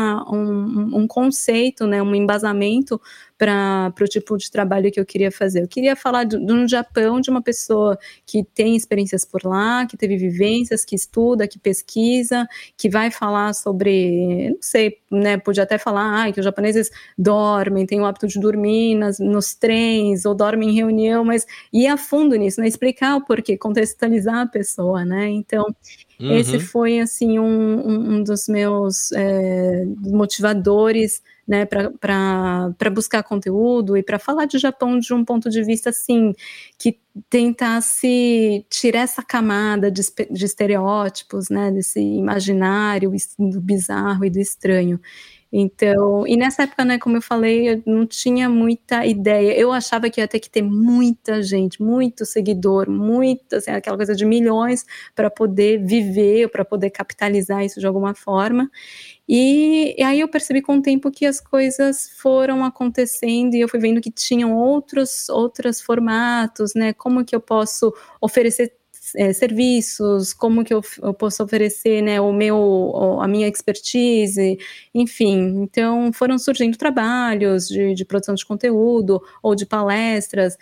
um conceito, né, um embasamento para o tipo de trabalho que eu queria fazer. Eu queria falar no Japão, de uma pessoa que tem experiências por lá, que teve vivências, que estuda, que pesquisa, que vai falar sobre, não sei, né, podia até falar que os japoneses dormem, têm o hábito de dormir nos trens, ou dormem em reunião, mas ir a fundo nisso, né, explicar o porquê, contextualizar a pessoa, né, então esse foi, assim, um dos meus motivadores, né, para buscar conteúdo e para falar de Japão de um ponto de vista, assim, que tentasse tirar essa camada de estereótipos, né, desse imaginário do bizarro e do estranho. Então, e nessa época, né, como eu falei, eu não tinha muita ideia. Eu achava que ia ter que ter muita gente, muito seguidor, assim, aquela coisa de milhões para poder viver, para poder capitalizar isso de alguma forma. E aí eu percebi com o tempo que as coisas foram acontecendo e eu fui vendo que tinham outros formatos, né? Como que eu posso oferecer serviços, como que eu posso oferecer, né, a minha expertise, enfim. Então foram surgindo trabalhos de produção de conteúdo, ou de palestras,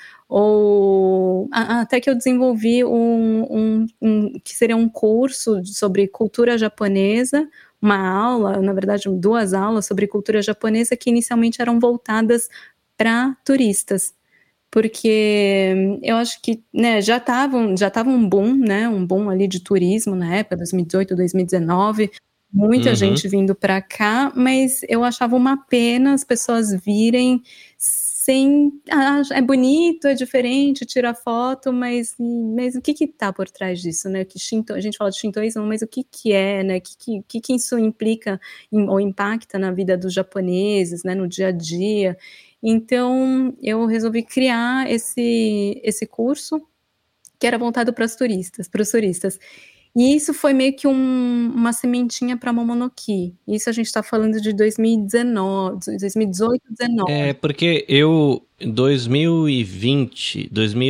ou até que eu desenvolvi que seria um curso sobre cultura japonesa, uma aula, na verdade 2 aulas sobre cultura japonesa que inicialmente eram voltadas para turistas. Porque eu acho que, né, já tava um boom, né, um boom ali de turismo na época, 2018, 2019, muita gente vindo para cá, mas eu achava uma pena as pessoas virem sem, é bonito, é diferente, tira foto, mas o que tá por trás disso, né? A gente fala de shintoísmo, mas o que é, né? O que isso implica ou impacta na vida dos japoneses, né, no dia a dia? Então, eu resolvi criar esse curso que era voltado para os turistas. E isso foi meio que uma sementinha para Momonoki. Isso a gente está falando de 2019, 2018, 2019. Porque eu, 2020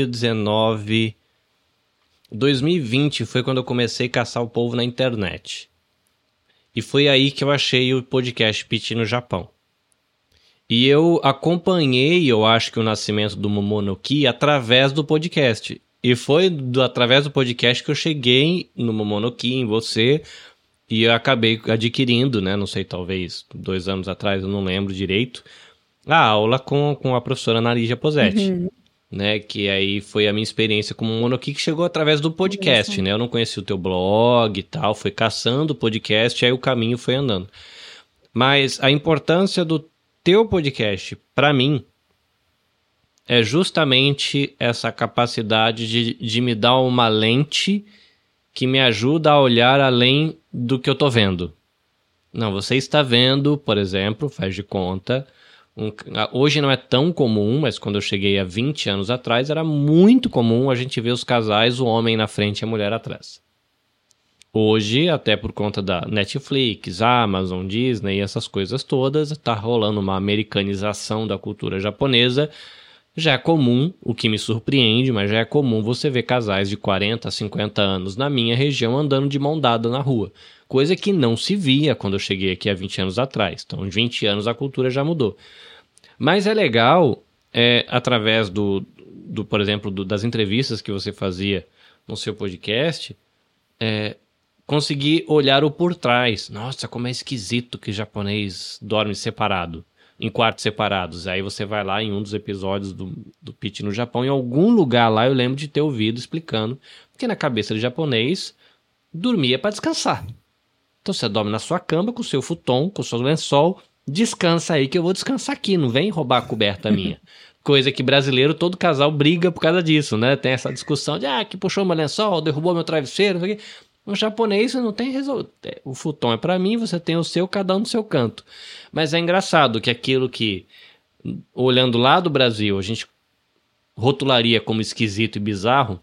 foi quando eu comecei a caçar o povo na internet. E foi aí que eu achei o podcast Pitty no Japão. E eu acompanhei, eu acho que o nascimento do Momonoki através do podcast. E foi através do podcast que eu cheguei no Momonoki, em você, e eu acabei adquirindo, né, não sei, talvez 2 anos atrás, eu não lembro direito, a aula com a professora Narija Posetti, né, que aí foi a minha experiência com o Momonoki, que chegou através do podcast, né, eu não conheci o teu blog e tal, fui caçando o podcast, aí o caminho foi andando. Mas a importância do teu podcast, para mim, é justamente essa capacidade de me dar uma lente que me ajuda a olhar além do que eu tô vendo. Não, você está vendo, por exemplo, faz de conta, hoje não é tão comum, mas quando eu cheguei há 20 anos atrás, era muito comum a gente ver os casais, o homem na frente e a mulher atrás. Hoje, até por conta da Netflix, Amazon, Disney, essas coisas todas, tá rolando uma americanização da cultura japonesa. Já é comum, o que me surpreende, mas já é comum você ver casais de 40, 50 anos na minha região andando de mão dada na rua. Coisa que não se via quando eu cheguei aqui há 20 anos atrás. Então, em 20 anos a cultura já mudou. Mas é legal, através por exemplo, das entrevistas que você fazia no seu podcast, conseguir olhar o por trás. Nossa, como é esquisito que japonês dorme separado, em quartos separados. Aí você vai lá em um dos episódios do Pitch no Japão, em algum lugar lá eu lembro de ter ouvido explicando que na cabeça de japonês, dormir é para descansar. Então você dorme na sua cama com o seu futon, com o seu lençol, descansa aí que eu vou descansar aqui, não vem roubar a coberta minha. Coisa que brasileiro, todo casal briga por causa disso, né? Tem essa discussão de, que puxou meu lençol, derrubou meu travesseiro, não sei o quê. No japonês você não tem o futon é pra mim, você tem o seu, cada um no seu canto. Mas é engraçado que aquilo que, olhando lá do Brasil, a gente rotularia como esquisito e bizarro,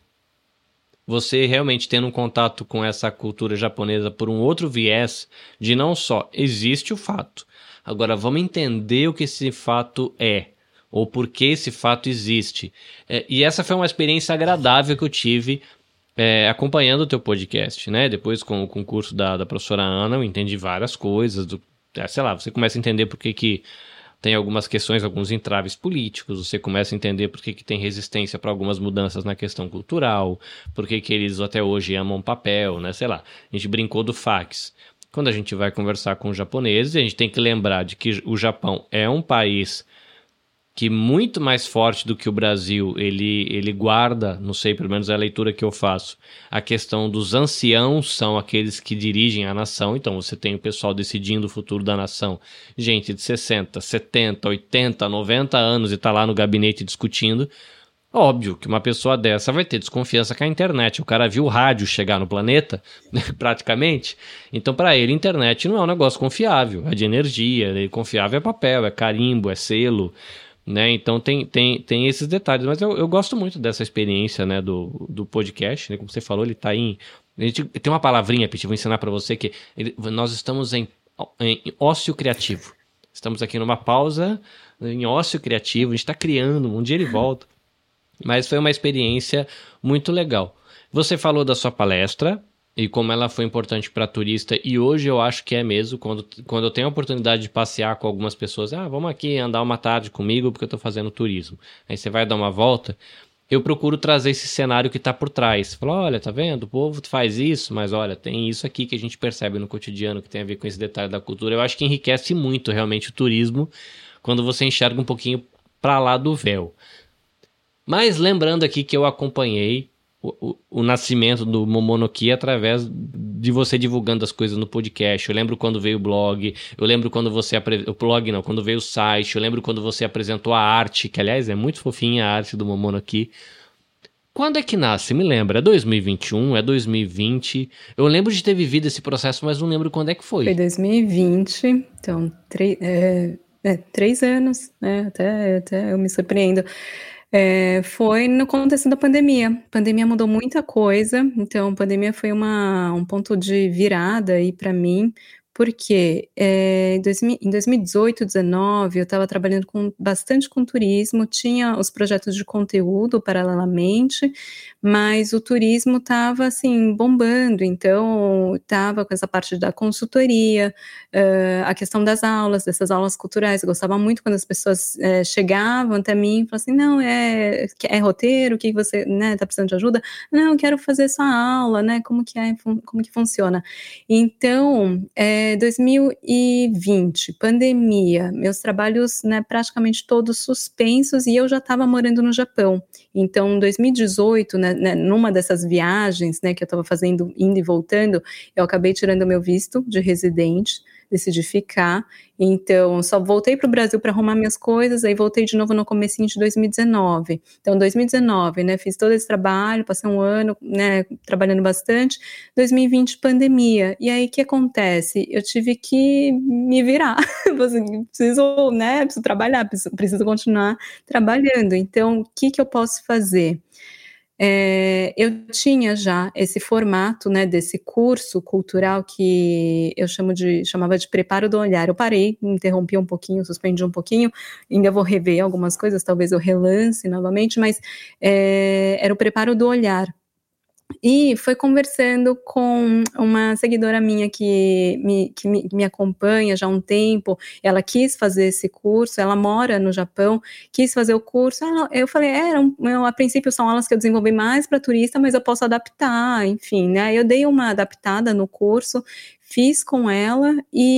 você realmente tendo um contato com essa cultura japonesa por um outro viés de não só existe o fato, agora vamos entender o que esse fato é, ou por que esse fato existe. E essa foi uma experiência agradável que eu tive acompanhando o teu podcast, né? Depois com o concurso da professora Ana, eu entendi várias coisas, sei lá, você começa a entender por que tem algumas questões, alguns entraves políticos, você começa a entender por que tem resistência para algumas mudanças na questão cultural, por que eles até hoje amam papel, né? Sei lá, a gente brincou do fax. Quando a gente vai conversar com os japoneses, a gente tem que lembrar de que o Japão é um país que muito mais forte do que o Brasil, ele guarda, não sei, pelo menos é a leitura que eu faço, a questão dos anciãos são aqueles que dirigem a nação, então você tem o pessoal decidindo o futuro da nação, gente de 60, 70, 80, 90 anos e tá lá no gabinete discutindo. Óbvio que uma pessoa dessa vai ter desconfiança com a internet, o cara viu o rádio chegar no planeta, praticamente, então para ele a internet não é um negócio confiável, é de energia, confiável é papel, é carimbo, é selo, né? Então tem esses detalhes, mas eu gosto muito dessa experiência, né, do podcast, né? Como você falou, ele tá a gente tem uma palavrinha, Pete, vou ensinar para você que nós estamos em ócio criativo. Estamos aqui numa pausa em ócio criativo, a gente está criando, um dia ele volta. Mas foi uma experiência muito legal. Você falou da sua palestra e como ela foi importante para turista, e hoje eu acho que é mesmo, quando eu tenho a oportunidade de passear com algumas pessoas, vamos aqui andar uma tarde comigo porque eu estou fazendo turismo. Aí você vai dar uma volta, eu procuro trazer esse cenário que está por trás. Fala, olha, tá vendo? O povo faz isso, mas olha, tem isso aqui que a gente percebe no cotidiano que tem a ver com esse detalhe da cultura. Eu acho que enriquece muito realmente o turismo quando você enxerga um pouquinho para lá do véu. Mas lembrando aqui que eu acompanhei o nascimento do Momonoki através de você divulgando as coisas no podcast. Eu lembro quando veio o blog, eu lembro quando você quando veio o site, eu lembro quando você apresentou a arte, que aliás é muito fofinha a arte do Momonoki. Quando é que nasce? Me lembra, é 2021, é 2020? Eu lembro de ter vivido esse processo, mas não lembro quando é que foi. Foi 2020, então 3 anos, né? Até eu me surpreendo. Foi no contexto da pandemia. A pandemia mudou muita coisa, então a pandemia foi um ponto de virada aí para mim, porque em 2018, 2019, eu estava trabalhando bastante com turismo, tinha os projetos de conteúdo paralelamente, mas o turismo estava assim bombando, então estava com essa parte da consultoria, a questão das aulas, dessas aulas culturais. Eu gostava muito quando as pessoas chegavam até mim e falavam assim, não, é roteiro, o que você, né, tá precisando de ajuda? Não, eu quero fazer sua aula, né, como que funciona? Então, 2020, pandemia, meus trabalhos, né, praticamente todos suspensos e eu já estava morando no Japão. Então, em 2018, né, numa dessas viagens, né, que eu estava fazendo, indo e voltando, eu acabei tirando meu visto de residente, decidi ficar, então só voltei para o Brasil para arrumar minhas coisas, aí voltei de novo no comecinho de 2019, então 2019, né, fiz todo esse trabalho, passei um ano, né, trabalhando bastante, 2020 pandemia, e aí o que acontece? Eu tive que me virar, preciso, né, preciso trabalhar, preciso continuar trabalhando, então o que eu posso fazer? Eu tinha já esse formato, né, desse curso cultural que eu chamava de preparo do olhar. Eu parei, interrompi um pouquinho, suspendi um pouquinho, ainda vou rever algumas coisas, talvez eu relance novamente, mas era o preparo do olhar. E foi conversando com uma seguidora minha que me acompanha já há um tempo, ela quis fazer esse curso, ela mora no Japão, quis fazer o curso, eu falei: a princípio são aulas que eu desenvolvi mais para turista, mas eu posso adaptar", enfim, né, eu dei uma adaptada no curso, fiz com ela,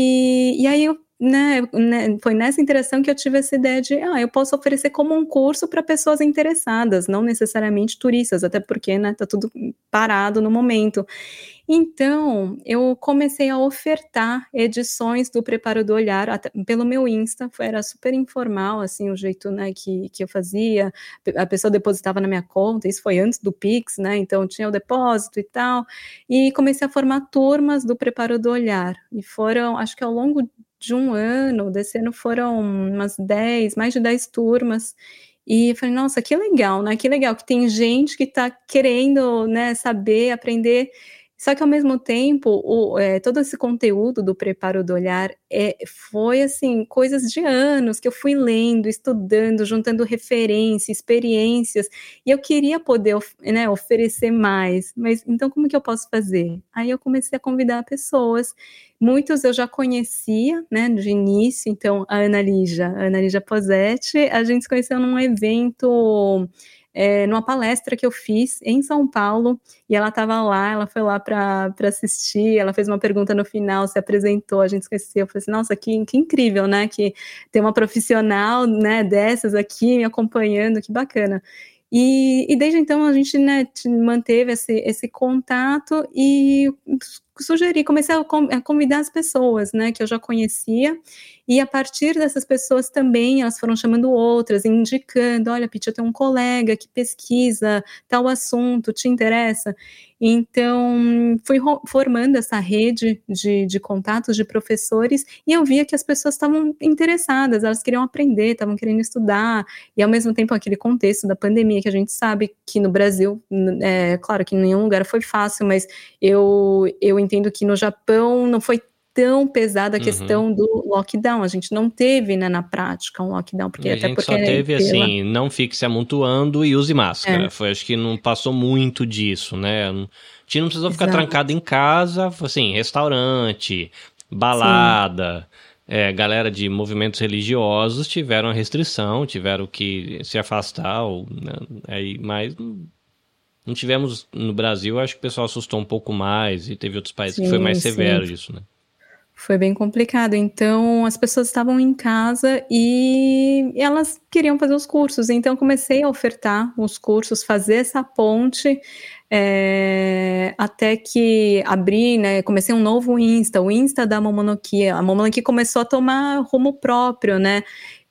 e aí eu, né, foi nessa interação que eu tive essa ideia de: eu posso oferecer como um curso para pessoas interessadas, não necessariamente turistas, até porque, né, tá tudo parado no momento. Então, eu comecei a ofertar edições do Preparo do Olhar até pelo meu Insta, era super informal, assim, o jeito, né, que eu fazia, a pessoa depositava na minha conta, isso foi antes do Pix, né, então tinha o depósito e tal, e comecei a formar turmas do Preparo do Olhar, e foram, acho que ao longo de um ano, desse ano foram umas 10, mais de 10 turmas, e falei: "Nossa, que legal, né, que legal que tem gente que está querendo, né, saber, aprender". Só que ao mesmo tempo, todo esse conteúdo do Preparo do Olhar, foi, assim, coisas de anos que eu fui lendo, estudando, juntando referência, experiências, e eu queria poder né, oferecer mais, mas então como que eu posso fazer? Aí eu comecei a convidar pessoas, muitos eu já conhecia, né, de início, então a Ana Lígia Posetti, a gente se conheceu num evento, numa palestra que eu fiz em São Paulo, e ela estava lá, ela foi lá para assistir, ela fez uma pergunta no final, se apresentou, a gente esqueceu, eu falei assim: "Nossa, que incrível, né, que tem uma profissional, né, dessas aqui me acompanhando, que bacana". E desde então a gente, né, manteve esse contato e comecei a convidar as pessoas, né, que eu já conhecia, e a partir dessas pessoas também, elas foram chamando outras, indicando: "Olha, Pitty, eu tenho um colega que pesquisa tal assunto, te interessa?". Então, fui formando essa rede de contatos de professores, e eu via que as pessoas estavam interessadas, elas queriam aprender, estavam querendo estudar, e ao mesmo tempo aquele contexto da pandemia, que a gente sabe que no Brasil, claro que em nenhum lugar foi fácil, mas eu entendo que no Japão não foi tão pesada a Uhum. questão do lockdown, a gente não teve, né, na prática um lockdown, porque A até gente porque só teve pela assim, não fique se amontoando e use é, máscara. Foi, acho que não passou muito disso, né? A gente não precisou ficar exato, trancado em casa, assim, restaurante, sim. balada, galera de movimentos religiosos tiveram a restrição, tiveram que se afastar, né? Mas não tivemos no Brasil, acho que o pessoal assustou um pouco mais e teve outros países que foi mais Sim, sim. severo isso, né? Foi bem complicado. Então, as pessoas estavam em casa e elas queriam fazer os cursos. Então, comecei a ofertar os cursos, fazer essa ponte, até que abri, né, comecei um novo Insta, o Insta da Momonoki. A Momonoki começou a tomar rumo próprio, né?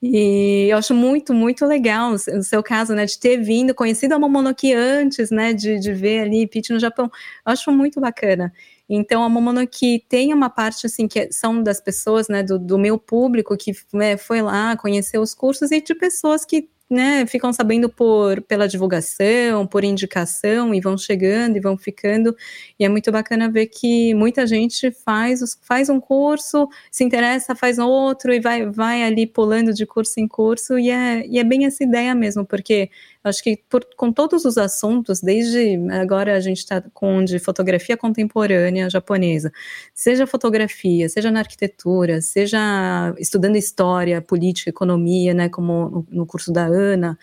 E eu acho muito, muito legal o seu caso, né, de ter vindo, conhecido a Momonoki antes, né, de ver ali Pitty no Japão. Eu acho muito bacana. Então a Momonoki tem uma parte, assim, que são das pessoas, né, do meu público que, né, foi lá, conheceu os cursos, e de pessoas que, né, ficam sabendo pela divulgação, por indicação, e vão chegando e vão ficando, e é muito bacana ver que muita gente faz um curso, se interessa, faz outro, e vai ali pulando de curso em curso, e é bem essa ideia mesmo, porque acho que com todos os assuntos, desde agora a gente está com de fotografia contemporânea japonesa, seja fotografia, seja na arquitetura, seja estudando história, política, economia, né, como no curso da Ana,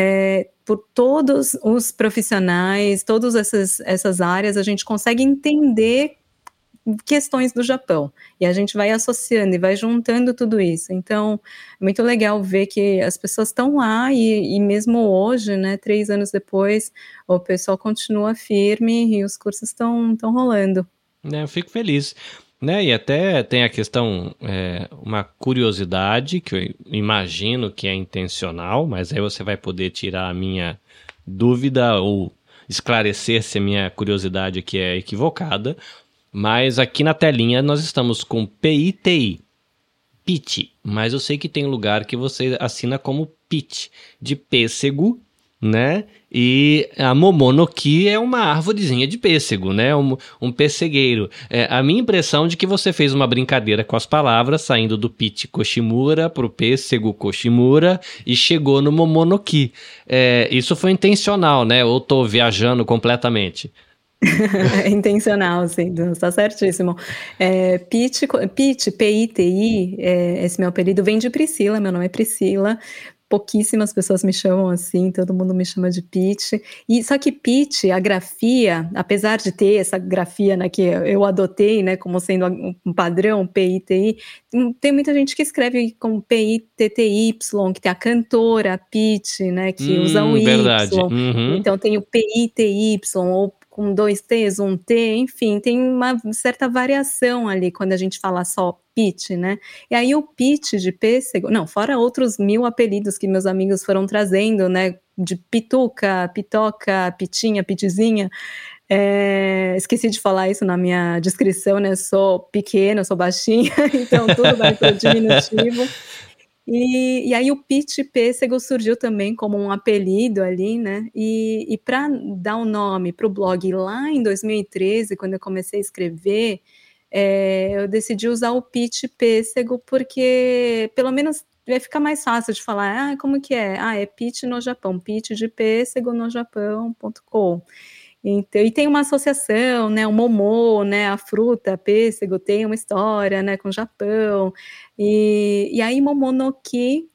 por todos os profissionais, todas essas áreas, a gente consegue entender questões do Japão, e a gente vai associando e vai juntando tudo isso. Então, é muito legal ver que as pessoas estão lá e mesmo hoje, né, 3 anos depois, o pessoal continua firme e os cursos estão rolando. Né, eu fico feliz. Né? E até tem a questão, uma curiosidade, que eu imagino que é intencional, mas aí você vai poder tirar a minha dúvida ou esclarecer se a minha curiosidade aqui é equivocada. Mas aqui na telinha nós estamos com PITI, Pitty, mas eu sei que tem lugar que você assina como Pitty, de pêssego, né? E a Momonoki é uma árvorezinha de pêssego, né? Um pessegueiro. A minha impressão de que você fez uma brincadeira com as palavras, saindo do Pitty Koshimura pro pêssego Koshimura e chegou no Momonoki. Isso foi intencional, né? Ou tô viajando completamente? É intencional, sim, está certíssimo. Piti, P-I-T-I, esse meu apelido vem de Priscila, meu nome é Priscila. Pouquíssimas pessoas me chamam assim, todo mundo me chama de Pete. E só que Pete, a grafia, apesar de ter essa grafia, né, que eu adotei, né, como sendo um padrão, P-I-T-I, tem muita gente que escreve com P-I-T-T-Y, que tem a cantora Pete, né, que usa o Y. Verdade. Uhum. Então tem o P-I-T-Y, ou com 2 T's, um T, enfim, tem uma certa variação ali quando a gente fala só Pete, né? E aí o Pete de pêssego, não, fora outros 1000 apelidos que meus amigos foram trazendo, né? De Pituca, Pitoca, Pitinha, Pitizinha. Esqueci de falar isso na minha descrição, né? Sou pequena, sou baixinha, então tudo vai para o diminutivo. E aí o Pete Pêssego surgiu também como um apelido ali, né? E para dar um nome para o blog lá em 2013, quando eu comecei a escrever, eu decidi usar o Pete Pêssego porque pelo menos vai ficar mais fácil de falar. Como que é? É Pete no Japão, Pete de pêssego no Japão.com. Então, e tem uma associação, né, o momô, né, a fruta, pêssego, tem uma história, né, com o Japão, e aí Momonoki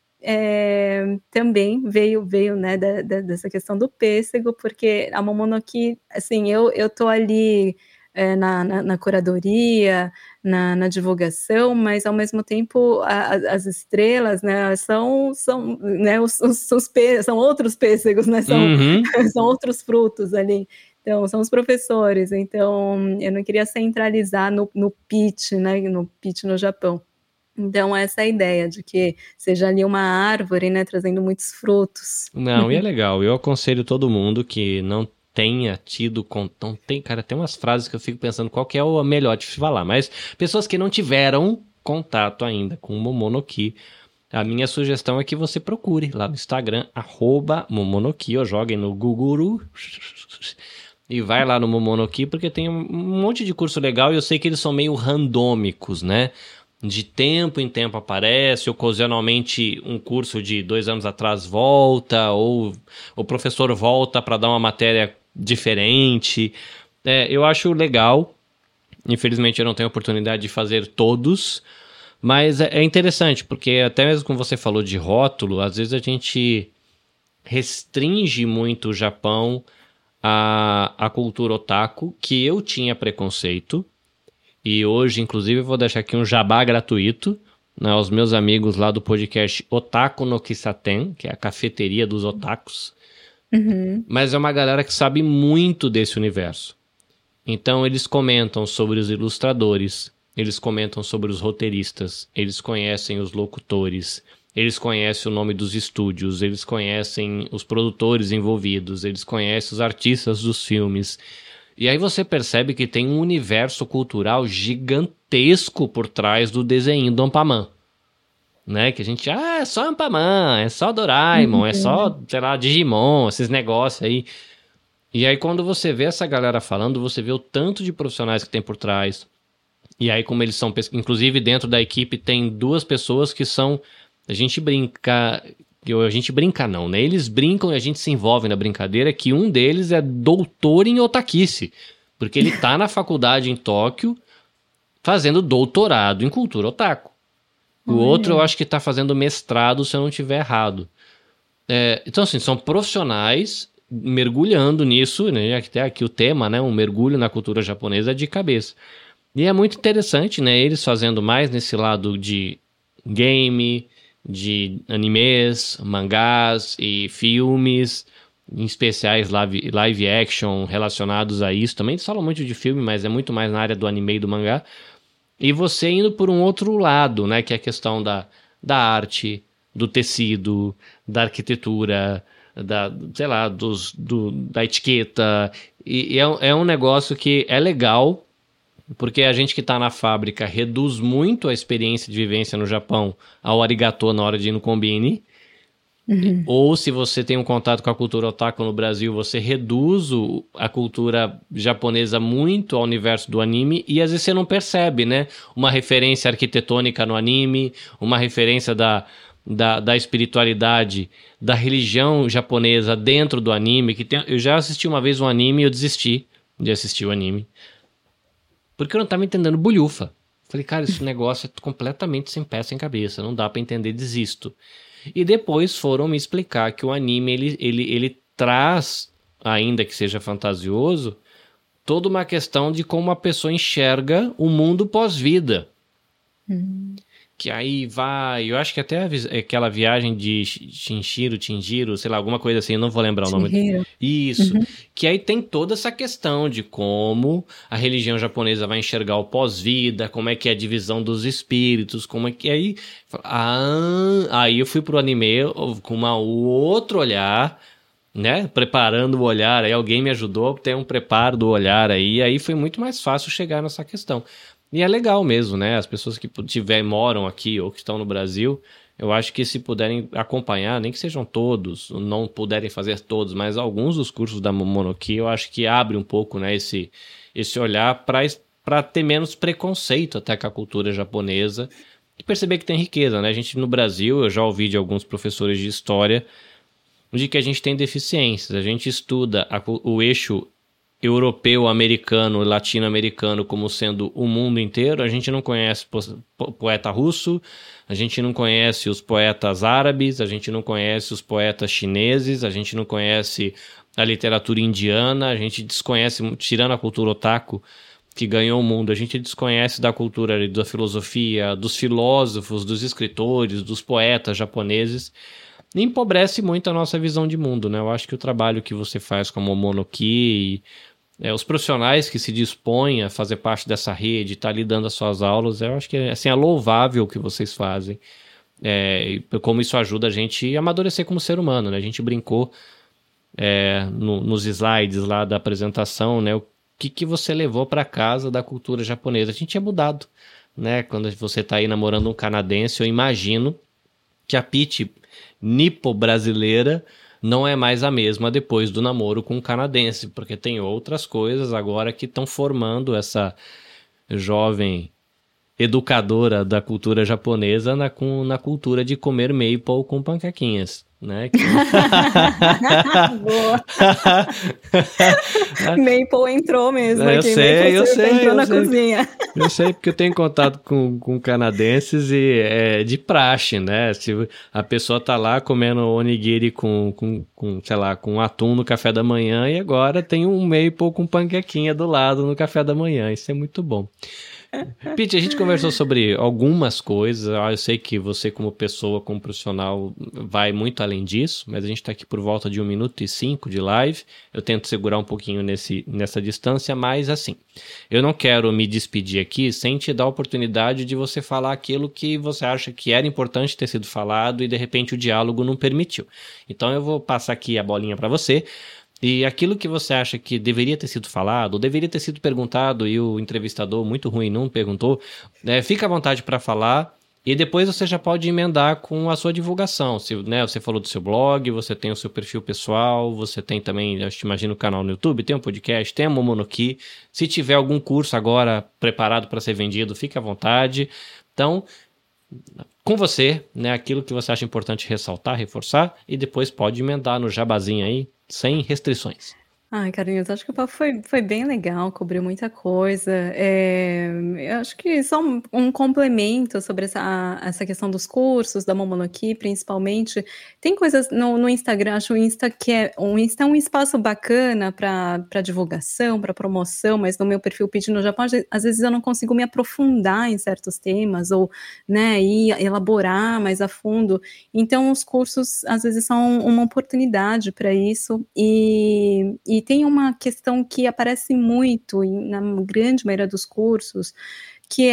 também veio né, dessa questão do pêssego, porque a Momonoki, assim, eu tô ali na curadoria, na divulgação, mas ao mesmo tempo as estrelas, né, são né, são outros pêssegos, né, são outros frutos ali. Então, são os professores, então eu não queria centralizar no pitch, né, no pitch no Japão. Então, essa é a ideia, de que seja ali uma árvore, né, trazendo muitos frutos. Não, e é legal, eu aconselho todo mundo que não tenha tido, não tem, cara, tem umas frases que eu fico pensando qual que é o melhor de falar, mas pessoas que não tiveram contato ainda com o Momonoki, a minha sugestão é que você procure lá no Instagram, @Momonoki, ou joguem no Google e vai lá no Momonoki, porque tem um monte de curso legal e eu sei que eles são meio randômicos, né? De tempo em tempo aparece, ocasionalmente um curso de 2 anos atrás volta, ou o professor volta para dar uma matéria diferente. Eu acho legal, infelizmente eu não tenho oportunidade de fazer todos, mas é interessante, porque até mesmo como você falou de rótulo, às vezes a gente restringe muito o Japão a cultura otaku, que eu tinha preconceito, e hoje, inclusive, eu vou deixar aqui um jabá gratuito, né, aos meus amigos lá do podcast Otaku no Kisaten, que é a cafeteria dos otakus. Mas é uma galera que sabe muito desse universo. Então, eles comentam sobre os ilustradores, eles comentam sobre os roteiristas, eles conhecem os locutores, eles conhecem o nome dos estúdios, eles conhecem os produtores envolvidos, eles conhecem os artistas dos filmes. E aí você percebe que tem um universo cultural gigantesco por trás do desenho do Ampaman. Né? Que a gente, é só Ampaman, é só Doraemon, é só, sei lá, Digimon, esses negócios aí. E aí quando você vê essa galera falando, você vê o tanto de profissionais que tem por trás. E aí como eles são, inclusive dentro da equipe tem 2 pessoas que são, a gente brinca não, né? Eles brincam e a gente se envolve na brincadeira, que um deles é doutor em otaquice, porque ele tá na faculdade em Tóquio fazendo doutorado em cultura otaku. O outro eu acho que tá fazendo mestrado, se eu não tiver errado. Então assim, são profissionais mergulhando nisso, né? Até aqui o tema, né? Um mergulho na cultura japonesa de cabeça. E é muito interessante, né? Eles fazendo mais nesse lado de game, de animes, mangás e filmes, em especiais live action relacionados a isso. Também eles falam muito de filme, mas é muito mais na área do anime e do mangá. E você indo por um outro lado, né, que é a questão da arte, do tecido, da arquitetura, sei lá, da etiqueta. E é um negócio que é legal, porque a gente que está na fábrica reduz muito a experiência de vivência no Japão ao arigatô na hora de ir no combine. Ou se você tem um contato com a cultura otaku no Brasil, você reduz a cultura japonesa muito ao universo do anime e às vezes você não percebe, né? Uma referência arquitetônica no anime, uma referência da espiritualidade, da religião japonesa dentro do anime. Eu já assisti uma vez um anime e eu desisti. de assistir o anime. Porque eu não tava entendendo bulhufa. Falei, cara, esse negócio é completamente sem pé, sem cabeça. Não dá pra entender, desisto. E depois foram me explicar que o anime, ele traz, ainda que seja fantasioso, toda uma questão de como a pessoa enxerga o mundo pós-vida. Que aí vai... Eu acho que até aquela viagem de Shinjiro, sei lá, alguma coisa assim, eu não vou lembrar o nome. Isso. Que aí tem toda essa questão de como a religião japonesa vai enxergar o pós-vida, como é que é a divisão dos espíritos, como é que... Aí eu fui pro anime com um outro olhar, né? Preparando o olhar, aí alguém me ajudou a ter um preparo do olhar aí foi muito mais fácil chegar nessa questão. E é legal mesmo, né? As pessoas que moram aqui ou que estão no Brasil, eu acho que se puderem acompanhar, nem que sejam todos, não puderem fazer todos, mas alguns dos cursos da Momonoki, eu acho que abre um pouco, né, esse olhar para ter menos preconceito até com a cultura japonesa e perceber que tem riqueza, né? A gente no Brasil, eu já ouvi de alguns professores de história de que a gente tem deficiências. A gente estuda o eixo europeu, americano e latino-americano como sendo o mundo inteiro. A gente não conhece poeta russo, a gente não conhece os poetas árabes, a gente não conhece os poetas chineses, a gente não conhece a literatura indiana, a gente desconhece, tirando a cultura otaku, que ganhou o mundo, a gente desconhece da cultura, da filosofia, dos filósofos, dos escritores, dos poetas japoneses. E empobrece muito a nossa visão de mundo, né? Eu acho que o trabalho que você faz com a Momonoki, os profissionais que se dispõem a fazer parte dessa rede, estar ali dando as suas aulas, eu acho que assim, é louvável o que vocês fazem. Como isso ajuda a gente a amadurecer como ser humano, né? A gente brincou nos slides lá da apresentação, né? O que você levou para casa da cultura japonesa? A gente é mudado, né? Quando você está aí namorando um canadense, eu imagino que a Pitty nipo-brasileira não é mais a mesma depois do namoro com um canadense, porque tem outras coisas agora que estão formando essa jovem educadora da cultura japonesa na cultura de comer maple com panquequinhas, né? Boa! Maple entrou mesmo eu aqui. Sei, entrou na cozinha. Eu sei porque eu tenho contato com canadenses e é de praxe, né? Se a pessoa tá lá comendo onigiri com sei lá, com atum no café da manhã e agora tem um maple com panquequinha do lado no café da manhã. Isso é muito bom. Pitty, a gente conversou sobre algumas coisas. Eu sei que você, como pessoa, como profissional, vai muito além disso, mas a gente está aqui por volta de 1 minuto e 5 de live. Eu tento segurar um pouquinho nessa distância, mas assim, eu não quero me despedir aqui sem te dar a oportunidade de você falar aquilo que você acha que era importante ter sido falado e de repente o diálogo não permitiu. Então eu vou passar aqui a bolinha para você. E aquilo que você acha que deveria ter sido falado, ou deveria ter sido perguntado, e o entrevistador, muito ruim, não perguntou, fica à vontade para falar, e depois você já pode emendar com a sua divulgação. Você falou do seu blog, você tem o seu perfil pessoal, você tem também, eu imagino, o canal no YouTube, tem um podcast, tem a Momonoki. Se tiver algum curso agora preparado para ser vendido, fique à vontade. Então, com você, né, aquilo que você acha importante ressaltar, reforçar, e depois pode emendar no jabazinho aí, sem restrições. Ai, Carlinhos, acho que o papo foi bem legal, cobriu muita coisa. Eu acho que só um complemento sobre essa questão dos cursos, da Momonoki, principalmente. Tem coisas no Instagram, acho o Insta é um espaço bacana para divulgação, para promoção, mas no meu perfil Pitty no Japão, às vezes eu não consigo me aprofundar em certos temas, ou, né, ir elaborar mais a fundo. Então, os cursos, às vezes, são uma oportunidade para isso, e tem uma questão que aparece muito na grande maioria dos cursos, que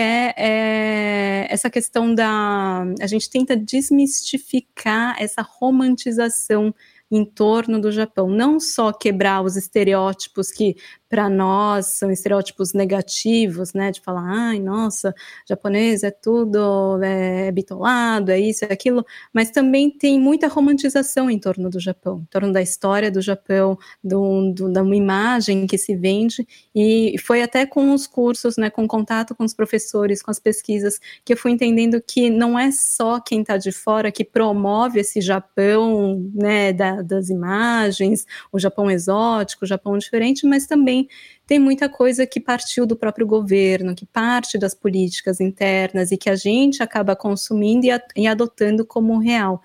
é essa questão a gente tenta desmistificar essa romantização em torno do Japão, não só quebrar os estereótipos que para nós são estereótipos negativos, né, de falar, ai, nossa, japonês é tudo, bitolado, é isso, é aquilo, mas também tem muita romantização em torno do Japão, em torno da história do Japão, da uma imagem que se vende, e foi até com os cursos, né, com contato com os professores, com as pesquisas, que eu fui entendendo que não é só quem está de fora que promove esse Japão, né, das imagens, o Japão exótico, o Japão diferente, mas também tem muita coisa que partiu do próprio governo, que parte das políticas internas e que a gente acaba consumindo e adotando como real.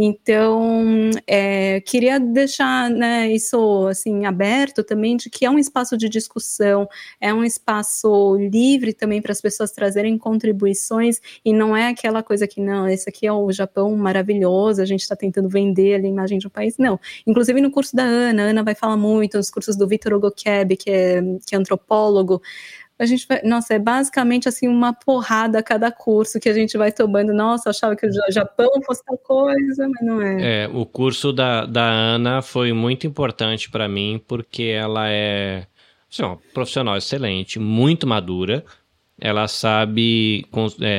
Então, queria deixar, né, isso assim, aberto também, de que é um espaço de discussão, é um espaço livre também para as pessoas trazerem contribuições, e não é aquela coisa que, não, esse aqui é o Japão maravilhoso, a gente está tentando vender ali a imagem de um país, não. Inclusive no curso da Ana vai falar muito, nos cursos do Vitor Hugo Keb, que é antropólogo, a gente vai, nossa, é basicamente assim uma porrada a cada curso que a gente vai tomando. Nossa, eu achava que o Japão fosse tal coisa, mas não é. O curso da Ana foi muito importante para mim, porque ela é assim, uma profissional excelente, muito madura, ela sabe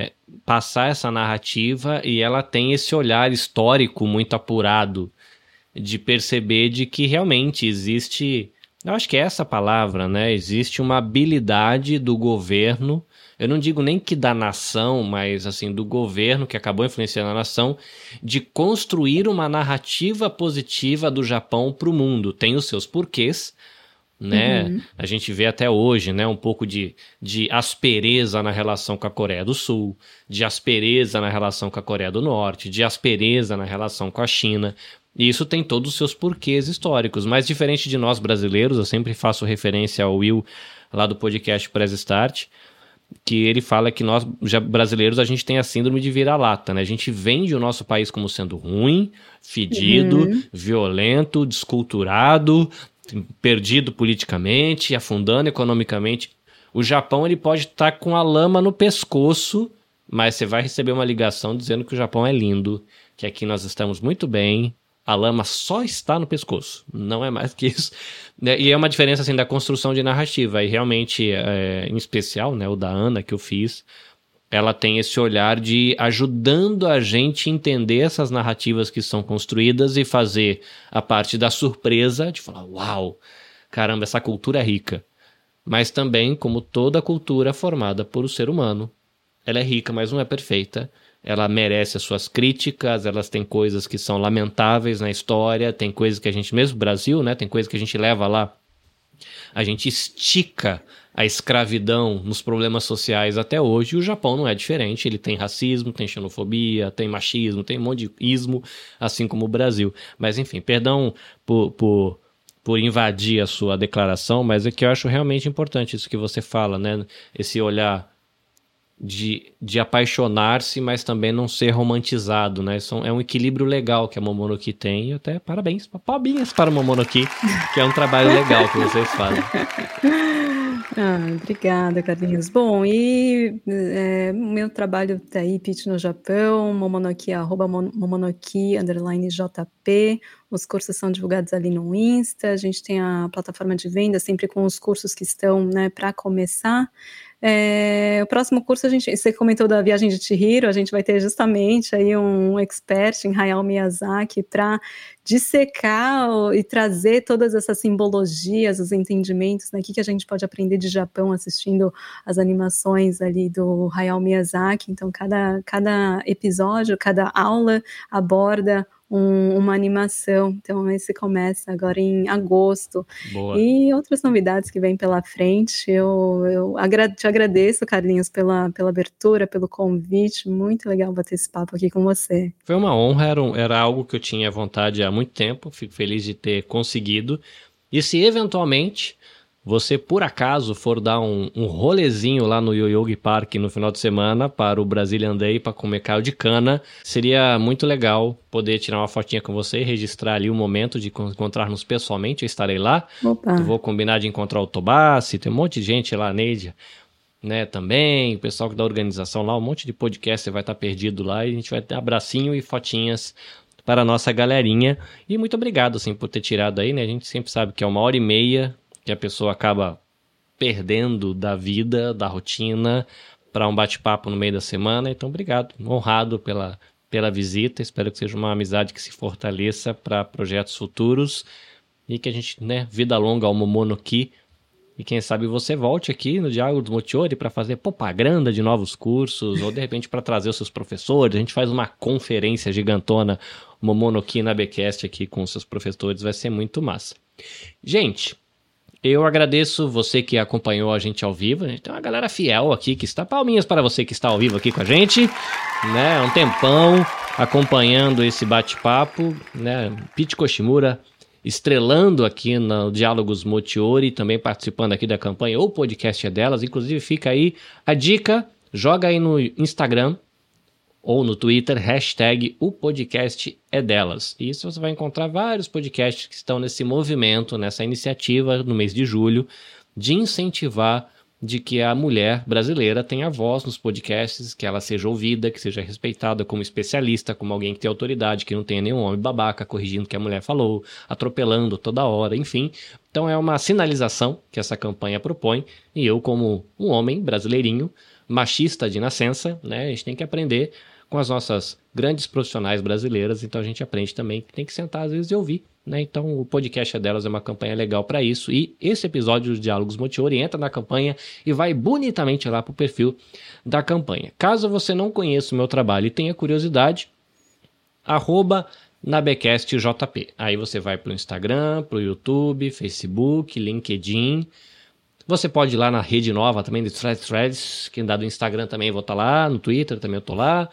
passar essa narrativa e ela tem esse olhar histórico muito apurado de perceber de que realmente existe... Eu acho que é essa palavra, né? Existe uma habilidade do governo, eu não digo nem que da nação, mas assim, do governo que acabou influenciando a nação, de construir uma narrativa positiva do Japão para o mundo. Tem os seus porquês, né? Uhum. A gente vê até hoje, né, um pouco de aspereza na relação com a Coreia do Sul, de aspereza na relação com a Coreia do Norte, de aspereza na relação com a China. E isso tem todos os seus porquês históricos, mas diferente de nós brasileiros, eu sempre faço referência ao Will lá do podcast Press Start, que ele fala que nós brasileiros a gente tem a síndrome de vira-lata, né? A gente vende o nosso país como sendo ruim, fedido, violento, desculturado, perdido politicamente, afundando economicamente. O Japão ele pode estar com a lama no pescoço, mas você vai receber uma ligação dizendo que o Japão é lindo, que aqui nós estamos muito bem. A lama só está no pescoço, não é mais que isso. E é uma diferença assim, da construção de narrativa. E realmente, em especial, né, o da Ana que eu fiz, ela tem esse olhar de ajudando a gente a entender essas narrativas que são construídas e fazer a parte da surpresa, de falar, uau, caramba, essa cultura é rica. Mas também, como toda cultura formada por o ser humano, ela é rica, mas não é perfeita. Ela merece as suas críticas, elas têm coisas que são lamentáveis na história, tem coisas que a gente, mesmo no Brasil, né, tem coisas que a gente leva lá, a gente estica a escravidão nos problemas sociais até hoje, e o Japão não é diferente, ele tem racismo, tem xenofobia, tem machismo, tem um monte de ismo, assim como o Brasil. Mas enfim, perdão por invadir a sua declaração, mas é que eu acho realmente importante isso que você fala, né, esse olhar de apaixonar-se, mas também não ser romantizado, né? É um equilíbrio legal que a Momonoki tem, e até parabéns, palminhas para a Momonoki, que é um trabalho legal que vocês fazem. Obrigada, Carlinhos. Bom, e meu trabalho tá aí, Pitch no Japão, Momonoki, @Momonoki _JP. Os cursos são divulgados ali no Insta. A gente tem a plataforma de venda sempre com os cursos que estão, né, para começar. O próximo curso, você comentou da viagem de Chihiro, a gente vai ter justamente aí um expert em Hayao Miyazaki para dissecar e trazer todas essas simbologias, os entendimentos, né, o que a gente pode aprender de Japão assistindo as animações ali do Hayao Miyazaki. Então cada episódio, cada aula aborda uma animação, então esse começa agora em agosto. Boa. E outras novidades que vêm pela frente. Eu te agradeço, Carlinhos, pela abertura, pelo convite, muito legal bater esse papo aqui com você. Foi uma honra, era algo que eu tinha vontade há muito tempo, fico feliz de ter conseguido, e se eventualmente você por acaso for dar um rolezinho lá no Yoyogi Park no final de semana para o Brazilian Day, para comer caldo de cana, seria muito legal poder tirar uma fotinha com você e registrar ali o momento de encontrarmos pessoalmente. Eu estarei lá. Opa. Vou combinar de encontrar o Tobassi, tem um monte de gente lá, Neide, né, também, o pessoal da organização lá, um monte de podcast vai estar perdido lá, e a gente vai ter abracinho e fotinhas para a nossa galerinha. E muito obrigado, assim, por ter tirado aí, né? A gente sempre sabe que é 1h30 que a pessoa acaba perdendo da vida, da rotina, para um bate-papo no meio da semana. Então, obrigado. Honrado pela visita. Espero que seja uma amizade que se fortaleça para projetos futuros e que a gente, né, vida longa ao Momonoki. E quem sabe você volte aqui no Diálogo dos Mochiori para fazer propaganda de novos cursos, ou de repente para trazer os seus professores. A gente faz uma conferência gigantona, Momonoki na Becast aqui com os seus professores, vai ser muito massa. Gente, Eu agradeço você que acompanhou a gente ao vivo. A gente tem uma galera fiel aqui que está... Palminhas para você que está ao vivo aqui com a gente, né? Um tempão acompanhando esse bate-papo, né? Pete Koshimura estrelando aqui no Diálogos Mochiori, também participando aqui da campanha O Podcast é Delas. Inclusive fica aí a dica, joga aí no Instagram ou no Twitter, hashtag O Podcast é Delas. E isso você vai encontrar vários podcasts que estão nesse movimento, nessa iniciativa no mês de julho, de incentivar de que a mulher brasileira tenha voz nos podcasts, que ela seja ouvida, que seja respeitada como especialista, como alguém que tem autoridade, que não tenha nenhum homem babaca corrigindo o que a mulher falou, atropelando toda hora, enfim. Então é uma sinalização que essa campanha propõe, e eu, como um homem brasileirinho, machista de nascença, né, a gente tem que aprender com as nossas grandes profissionais brasileiras, então a gente aprende também que tem que sentar às vezes e ouvir, né? Então o podcast é Delas é uma campanha legal para isso, e esse episódio do Diálogos Mochiori entra na campanha e vai bonitamente lá pro perfil da campanha. Caso você não conheça o meu trabalho e tenha curiosidade, @nabecastjp. Aí você vai pro Instagram, pro YouTube, Facebook, LinkedIn. Você pode ir lá na rede nova também de Threads, quem dá do Instagram também vou estar lá, no Twitter também eu tô lá.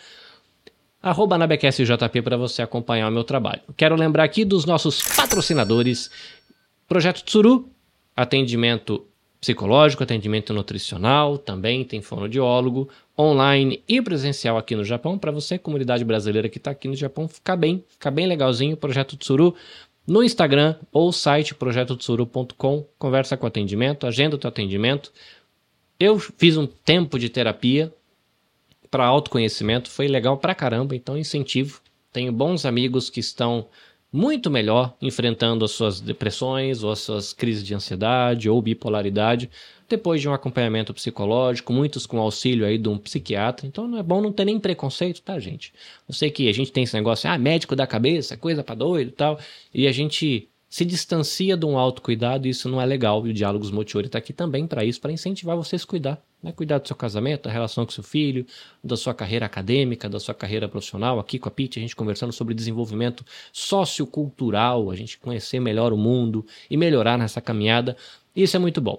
@nabecastjp para você acompanhar o meu trabalho. Quero lembrar aqui dos nossos patrocinadores: Projeto Tsuru, atendimento psicológico, atendimento nutricional, também tem fonoaudiólogo, online e presencial aqui no Japão, para você, comunidade brasileira que está aqui no Japão, ficar bem legalzinho. Projeto Tsuru no Instagram ou site projetotsuru.com, conversa com atendimento, agenda o teu atendimento. Eu fiz um tempo de terapia para autoconhecimento, foi legal pra caramba, então incentivo. Tenho bons amigos que estão muito melhor enfrentando as suas depressões ou as suas crises de ansiedade ou bipolaridade depois de um acompanhamento psicológico, muitos com auxílio aí de um psiquiatra. Então não é bom não ter nem preconceito, tá, gente? Eu sei que a gente tem esse negócio, médico da cabeça, coisa pra doido e tal, e a gente se distancia de um autocuidado, e isso não é legal. E o Diálogos Mochiori tá aqui também para isso, para incentivar você a se cuidar, né? Cuidar do seu casamento, da relação com seu filho, da sua carreira acadêmica, da sua carreira profissional. Aqui com a Pete, a gente conversando sobre desenvolvimento sociocultural, a gente conhecer melhor o mundo e melhorar nessa caminhada. Isso é muito bom.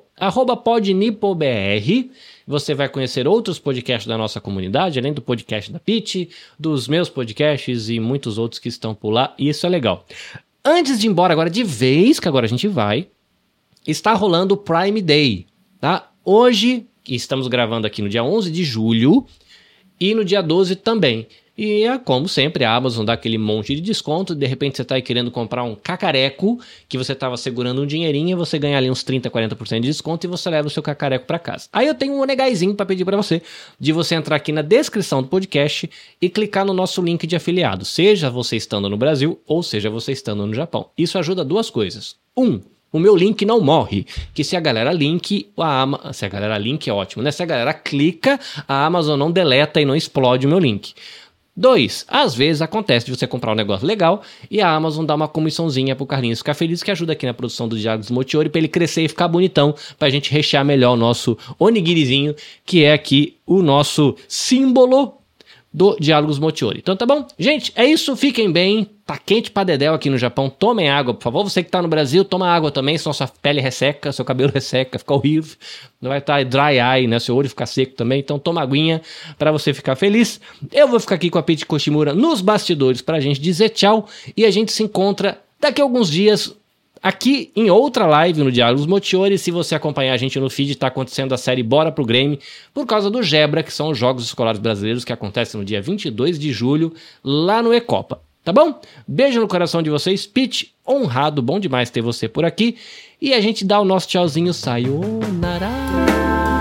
@podnipobr, você vai conhecer outros podcasts da nossa comunidade, além do podcast da Pete, dos meus podcasts e muitos outros que estão por lá, e isso é legal. Antes de ir embora agora de vez, que agora a gente vai, está rolando o Prime Day, tá? Hoje, estamos gravando aqui no dia 11 de julho e no dia 12 também. E como sempre, a Amazon dá aquele monte de desconto. De repente você está aí querendo comprar um cacareco, que você estava segurando um dinheirinho, e você ganha ali uns 30%, 40% de desconto e você leva o seu cacareco para casa. Aí eu tenho um onegazinho para pedir para você, de você entrar aqui na descrição do podcast e clicar no nosso link de afiliado, seja você estando no Brasil ou seja você estando no Japão. Isso ajuda duas coisas. O meu link não morre, que se a galera link, se a galera link é ótimo, né? Se a galera clica, a Amazon não deleta e não explode o meu link. 2, às vezes acontece de você comprar um negócio legal e a Amazon dá uma comissãozinha pro Carlinhos ficar feliz, que ajuda aqui na produção do Diálogos Mochiori pra ele crescer e ficar bonitão, pra gente rechear melhor o nosso onigirizinho, que é aqui o nosso símbolo do Diálogos Mochiori. Então tá bom? Gente, é isso, fiquem bem, tá quente pra dedéu aqui no Japão, tomem água, por favor. Você que tá no Brasil, toma água também, senão sua pele resseca, seu cabelo resseca, fica horrível, não vai estar dry eye, né, seu olho fica seco também, então toma aguinha pra você ficar feliz. Eu vou ficar aqui com a Pete Koshimura nos bastidores pra gente dizer tchau, e a gente se encontra daqui a alguns dias aqui em outra live no Diálogos Mochiori. Se você acompanhar a gente no feed, está acontecendo a série Bora Pro Game, por causa do Gebra, que são os Jogos Escolares Brasileiros, que acontecem no dia 22 de julho, lá no Ecopa. Tá bom? Beijo no coração de vocês. Pete, honrado, bom demais ter você por aqui. E a gente dá o nosso tchauzinho. Sayonara!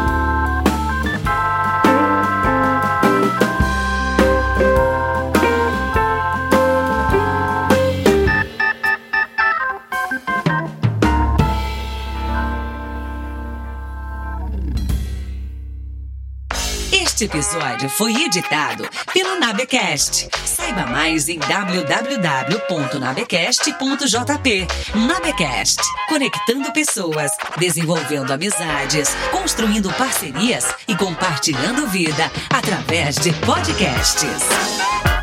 Este episódio foi editado pelo Nabecast. Saiba mais em www.nabecast.jp. Nabecast, conectando pessoas, desenvolvendo amizades, construindo parcerias e compartilhando vida através de podcasts.